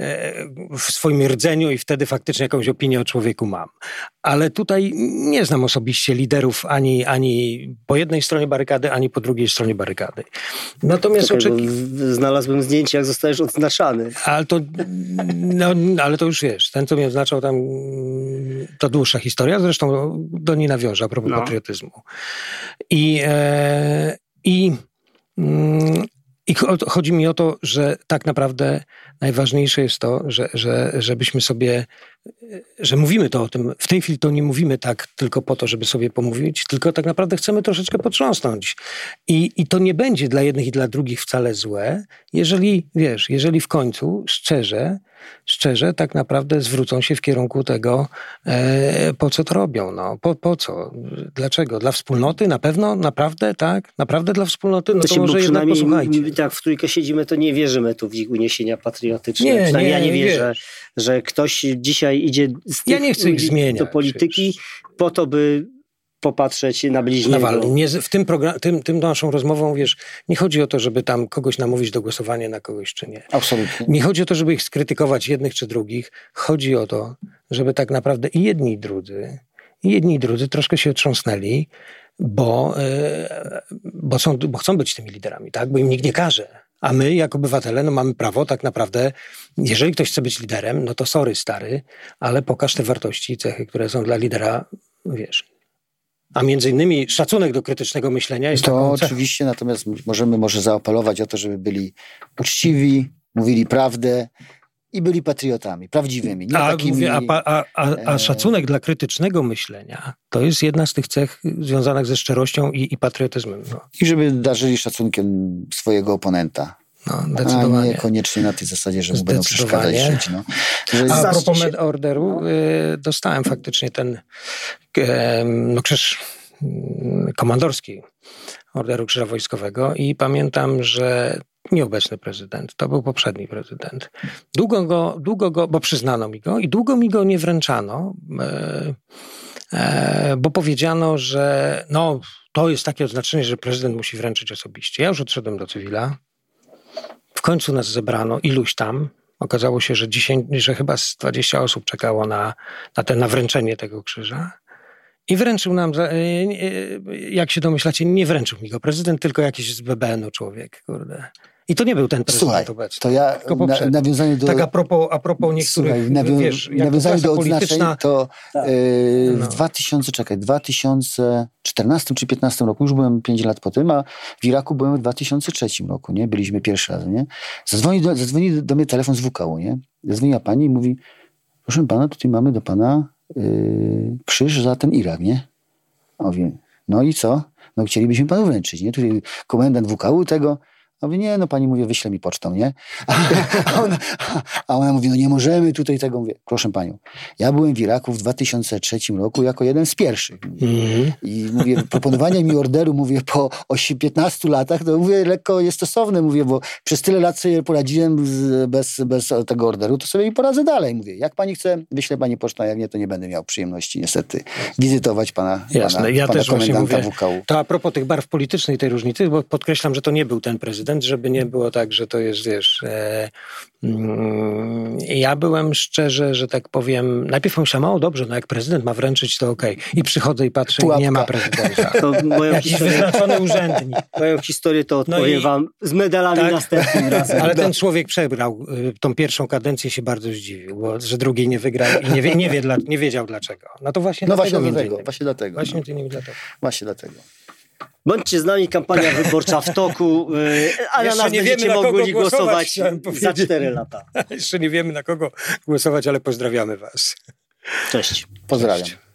e, w swoim rdzeniu i wtedy faktycznie jakąś opinię o człowieku mam. Ale tutaj nie znam osobiście liderów ani, ani po jednej stronie barykady, ani po drugiej stronie barykady. Natomiast Czekaj, oczeki... znalazłem zdjęcie, jak zostajesz odznaczany. Ale to, no, ale to już wiesz, ten, co mnie odznaczał tam, to dłuższa historia, zresztą do niej nawiążę a propos no. patriotyzmu. I, e, i I chodzi mi o to, że tak naprawdę najważniejsze jest to, że, że, żebyśmy sobie, że mówimy to o tym, w tej chwili to nie mówimy tak tylko po to, żeby sobie pomówić, tylko tak naprawdę chcemy troszeczkę potrząsnąć. I, i to nie będzie dla jednych i dla drugich wcale złe, jeżeli, wiesz, jeżeli w końcu szczerze, szczerze tak naprawdę zwrócą się w kierunku tego, e, po co to robią. No. Po, po co? Dlaczego? Dla wspólnoty? Na pewno? Naprawdę? Tak? Naprawdę dla wspólnoty? No to, to może jednak posłuchajcie. Tak, w trójkę siedzimy, to nie wierzymy tu w ich uniesienia patriotyczne. Nie, Przynajmniej nie, ja nie wierzę, wiesz. że ktoś dzisiaj idzie z tych ja nie chcę ich zmieniać, do polityki wiesz. po to, by popatrzeć na bliźniego. Nawal, nie, w tym, program, tym, tym naszą rozmową, wiesz, nie chodzi o to, żeby tam kogoś namówić do głosowania na kogoś czy nie. Absolutnie. Nie chodzi o to, żeby ich skrytykować jednych czy drugich. Chodzi o to, żeby tak naprawdę i jedni i drudzy, i jedni i drudzy troszkę się otrząsnęli, bo, yy, bo, są, bo chcą być tymi liderami, tak? Bo im nikt nie każe. A my, jako obywatele, no mamy prawo tak naprawdę, jeżeli ktoś chce być liderem, no to sorry, stary, ale pokaż te wartości i cechy, które są dla lidera, wiesz. A między innymi szacunek do krytycznego myślenia jest to taką oczywiście, cechą. Natomiast możemy może zaapelować o to, żeby byli uczciwi, mówili prawdę i byli patriotami, prawdziwymi. Nie a, takimi, mówię, a, a, a, a szacunek dla krytycznego myślenia to jest jedna z tych cech związanych ze szczerością i, i patriotyzmem. No. I żeby darzyli szacunkiem swojego oponenta. No, zdecydowanie. A nie koniecznie na tej zasadzie, że mu będą przeszkadzać żyć. No. Że a propos się... orderu, y, dostałem faktycznie ten y, no, krzyż y, komandorski Orderu Krzyża Wojskowego i pamiętam, że nieobecny prezydent, to był poprzedni prezydent. Długo go, długo go, bo przyznano mi go i długo mi go nie wręczano. Y, e, bo powiedziano, że no, to jest takie oznaczenie, że prezydent musi wręczyć osobiście. Ja już odszedłem do cywila. W końcu nas zebrano iluś tam. Okazało się, że, dziesięć, że chyba z dwadzieścia osób czekało na, na, te, na wręczenie tego krzyża. I wręczył nam, jak się domyślacie, nie wręczył mi go prezydent, tylko jakiś z B B N-u człowiek, kurde. I to nie był ten prezydent Słuchaj, obecny. To ja na, nawiązanie do... Tak a propos, a propos niektórych, Słuchaj, nawią, wiesz, nawiązanie do odznaczeń, to tak. yy, no. w dwa tysiące, czekaj, dwa tysiące czternastym czy piętnastym roku, już byłem pięć lat po tym, a w Iraku byłem w dwa tysiące trzecim roku, nie? Byliśmy pierwszy raz, nie? Zadzwoni do, zadzwoni do mnie telefon z W K U, nie? Zadzwoniła pani i mówi, proszę pana, tutaj mamy do pana yy, krzyż za ten Irak, nie? A mówię, no i co? No chcielibyśmy panu wręczyć, nie? Tutaj komendant W K U tego... A mówię, nie, no pani, mówię, wyślę mi pocztą, nie? A ona, a ona mówi, no nie możemy tutaj tego. Mówię, proszę panią, ja byłem w Iraku w dwa tysiące trzecim roku jako jeden z pierwszych. Mm. I mówię, proponowanie mi orderu, mówię, po piętnastu latach, to mówię, lekko niestosowne, mówię, bo przez tyle lat sobie poradziłem z, bez, bez tego orderu, to sobie i poradzę dalej. Mówię, jak pani chce, wyślę pani pocztą, jak nie, to nie będę miał przyjemności niestety wizytować pana, Jasne, pana, ja pana też właśnie mówię, W K U. To a propos tych barw politycznych, tej różnicy, bo podkreślam, że to nie był ten prezydent, żeby nie było tak, że to jest, wiesz... E, mm, ja byłem szczerze, że tak powiem, najpierw pomyślałem, o dobrze, no jak prezydent ma wręczyć, to okej. Okay. I przychodzę i patrzę, Pułapka. i nie ma prezydenta. To moją Jakiś historię, wyznaczony urzędnik. moją historię to odpowiem No i- wam z medalami Tak. następnym razem. Ale ten człowiek przebrał y, tą pierwszą kadencję, się bardzo zdziwił, bo, że drugiej nie wygrał i nie, wie, nie, wie dla, nie wiedział dlaczego. No to właśnie No dlatego właśnie między dlatego, innymi. właśnie dlatego. Właśnie no. między innymi dlatego. Właśnie dlatego. Bądźcie z nami, kampania wyborcza w toku, yy, a na Jeszcze nas nie wiemy, będziecie na kogo mogli głosować, głosować chciałem za powiedzieć. cztery lata. Jeszcze nie wiemy, na kogo głosować, ale pozdrawiamy was. Cześć. Pozdrawiam. Cześć.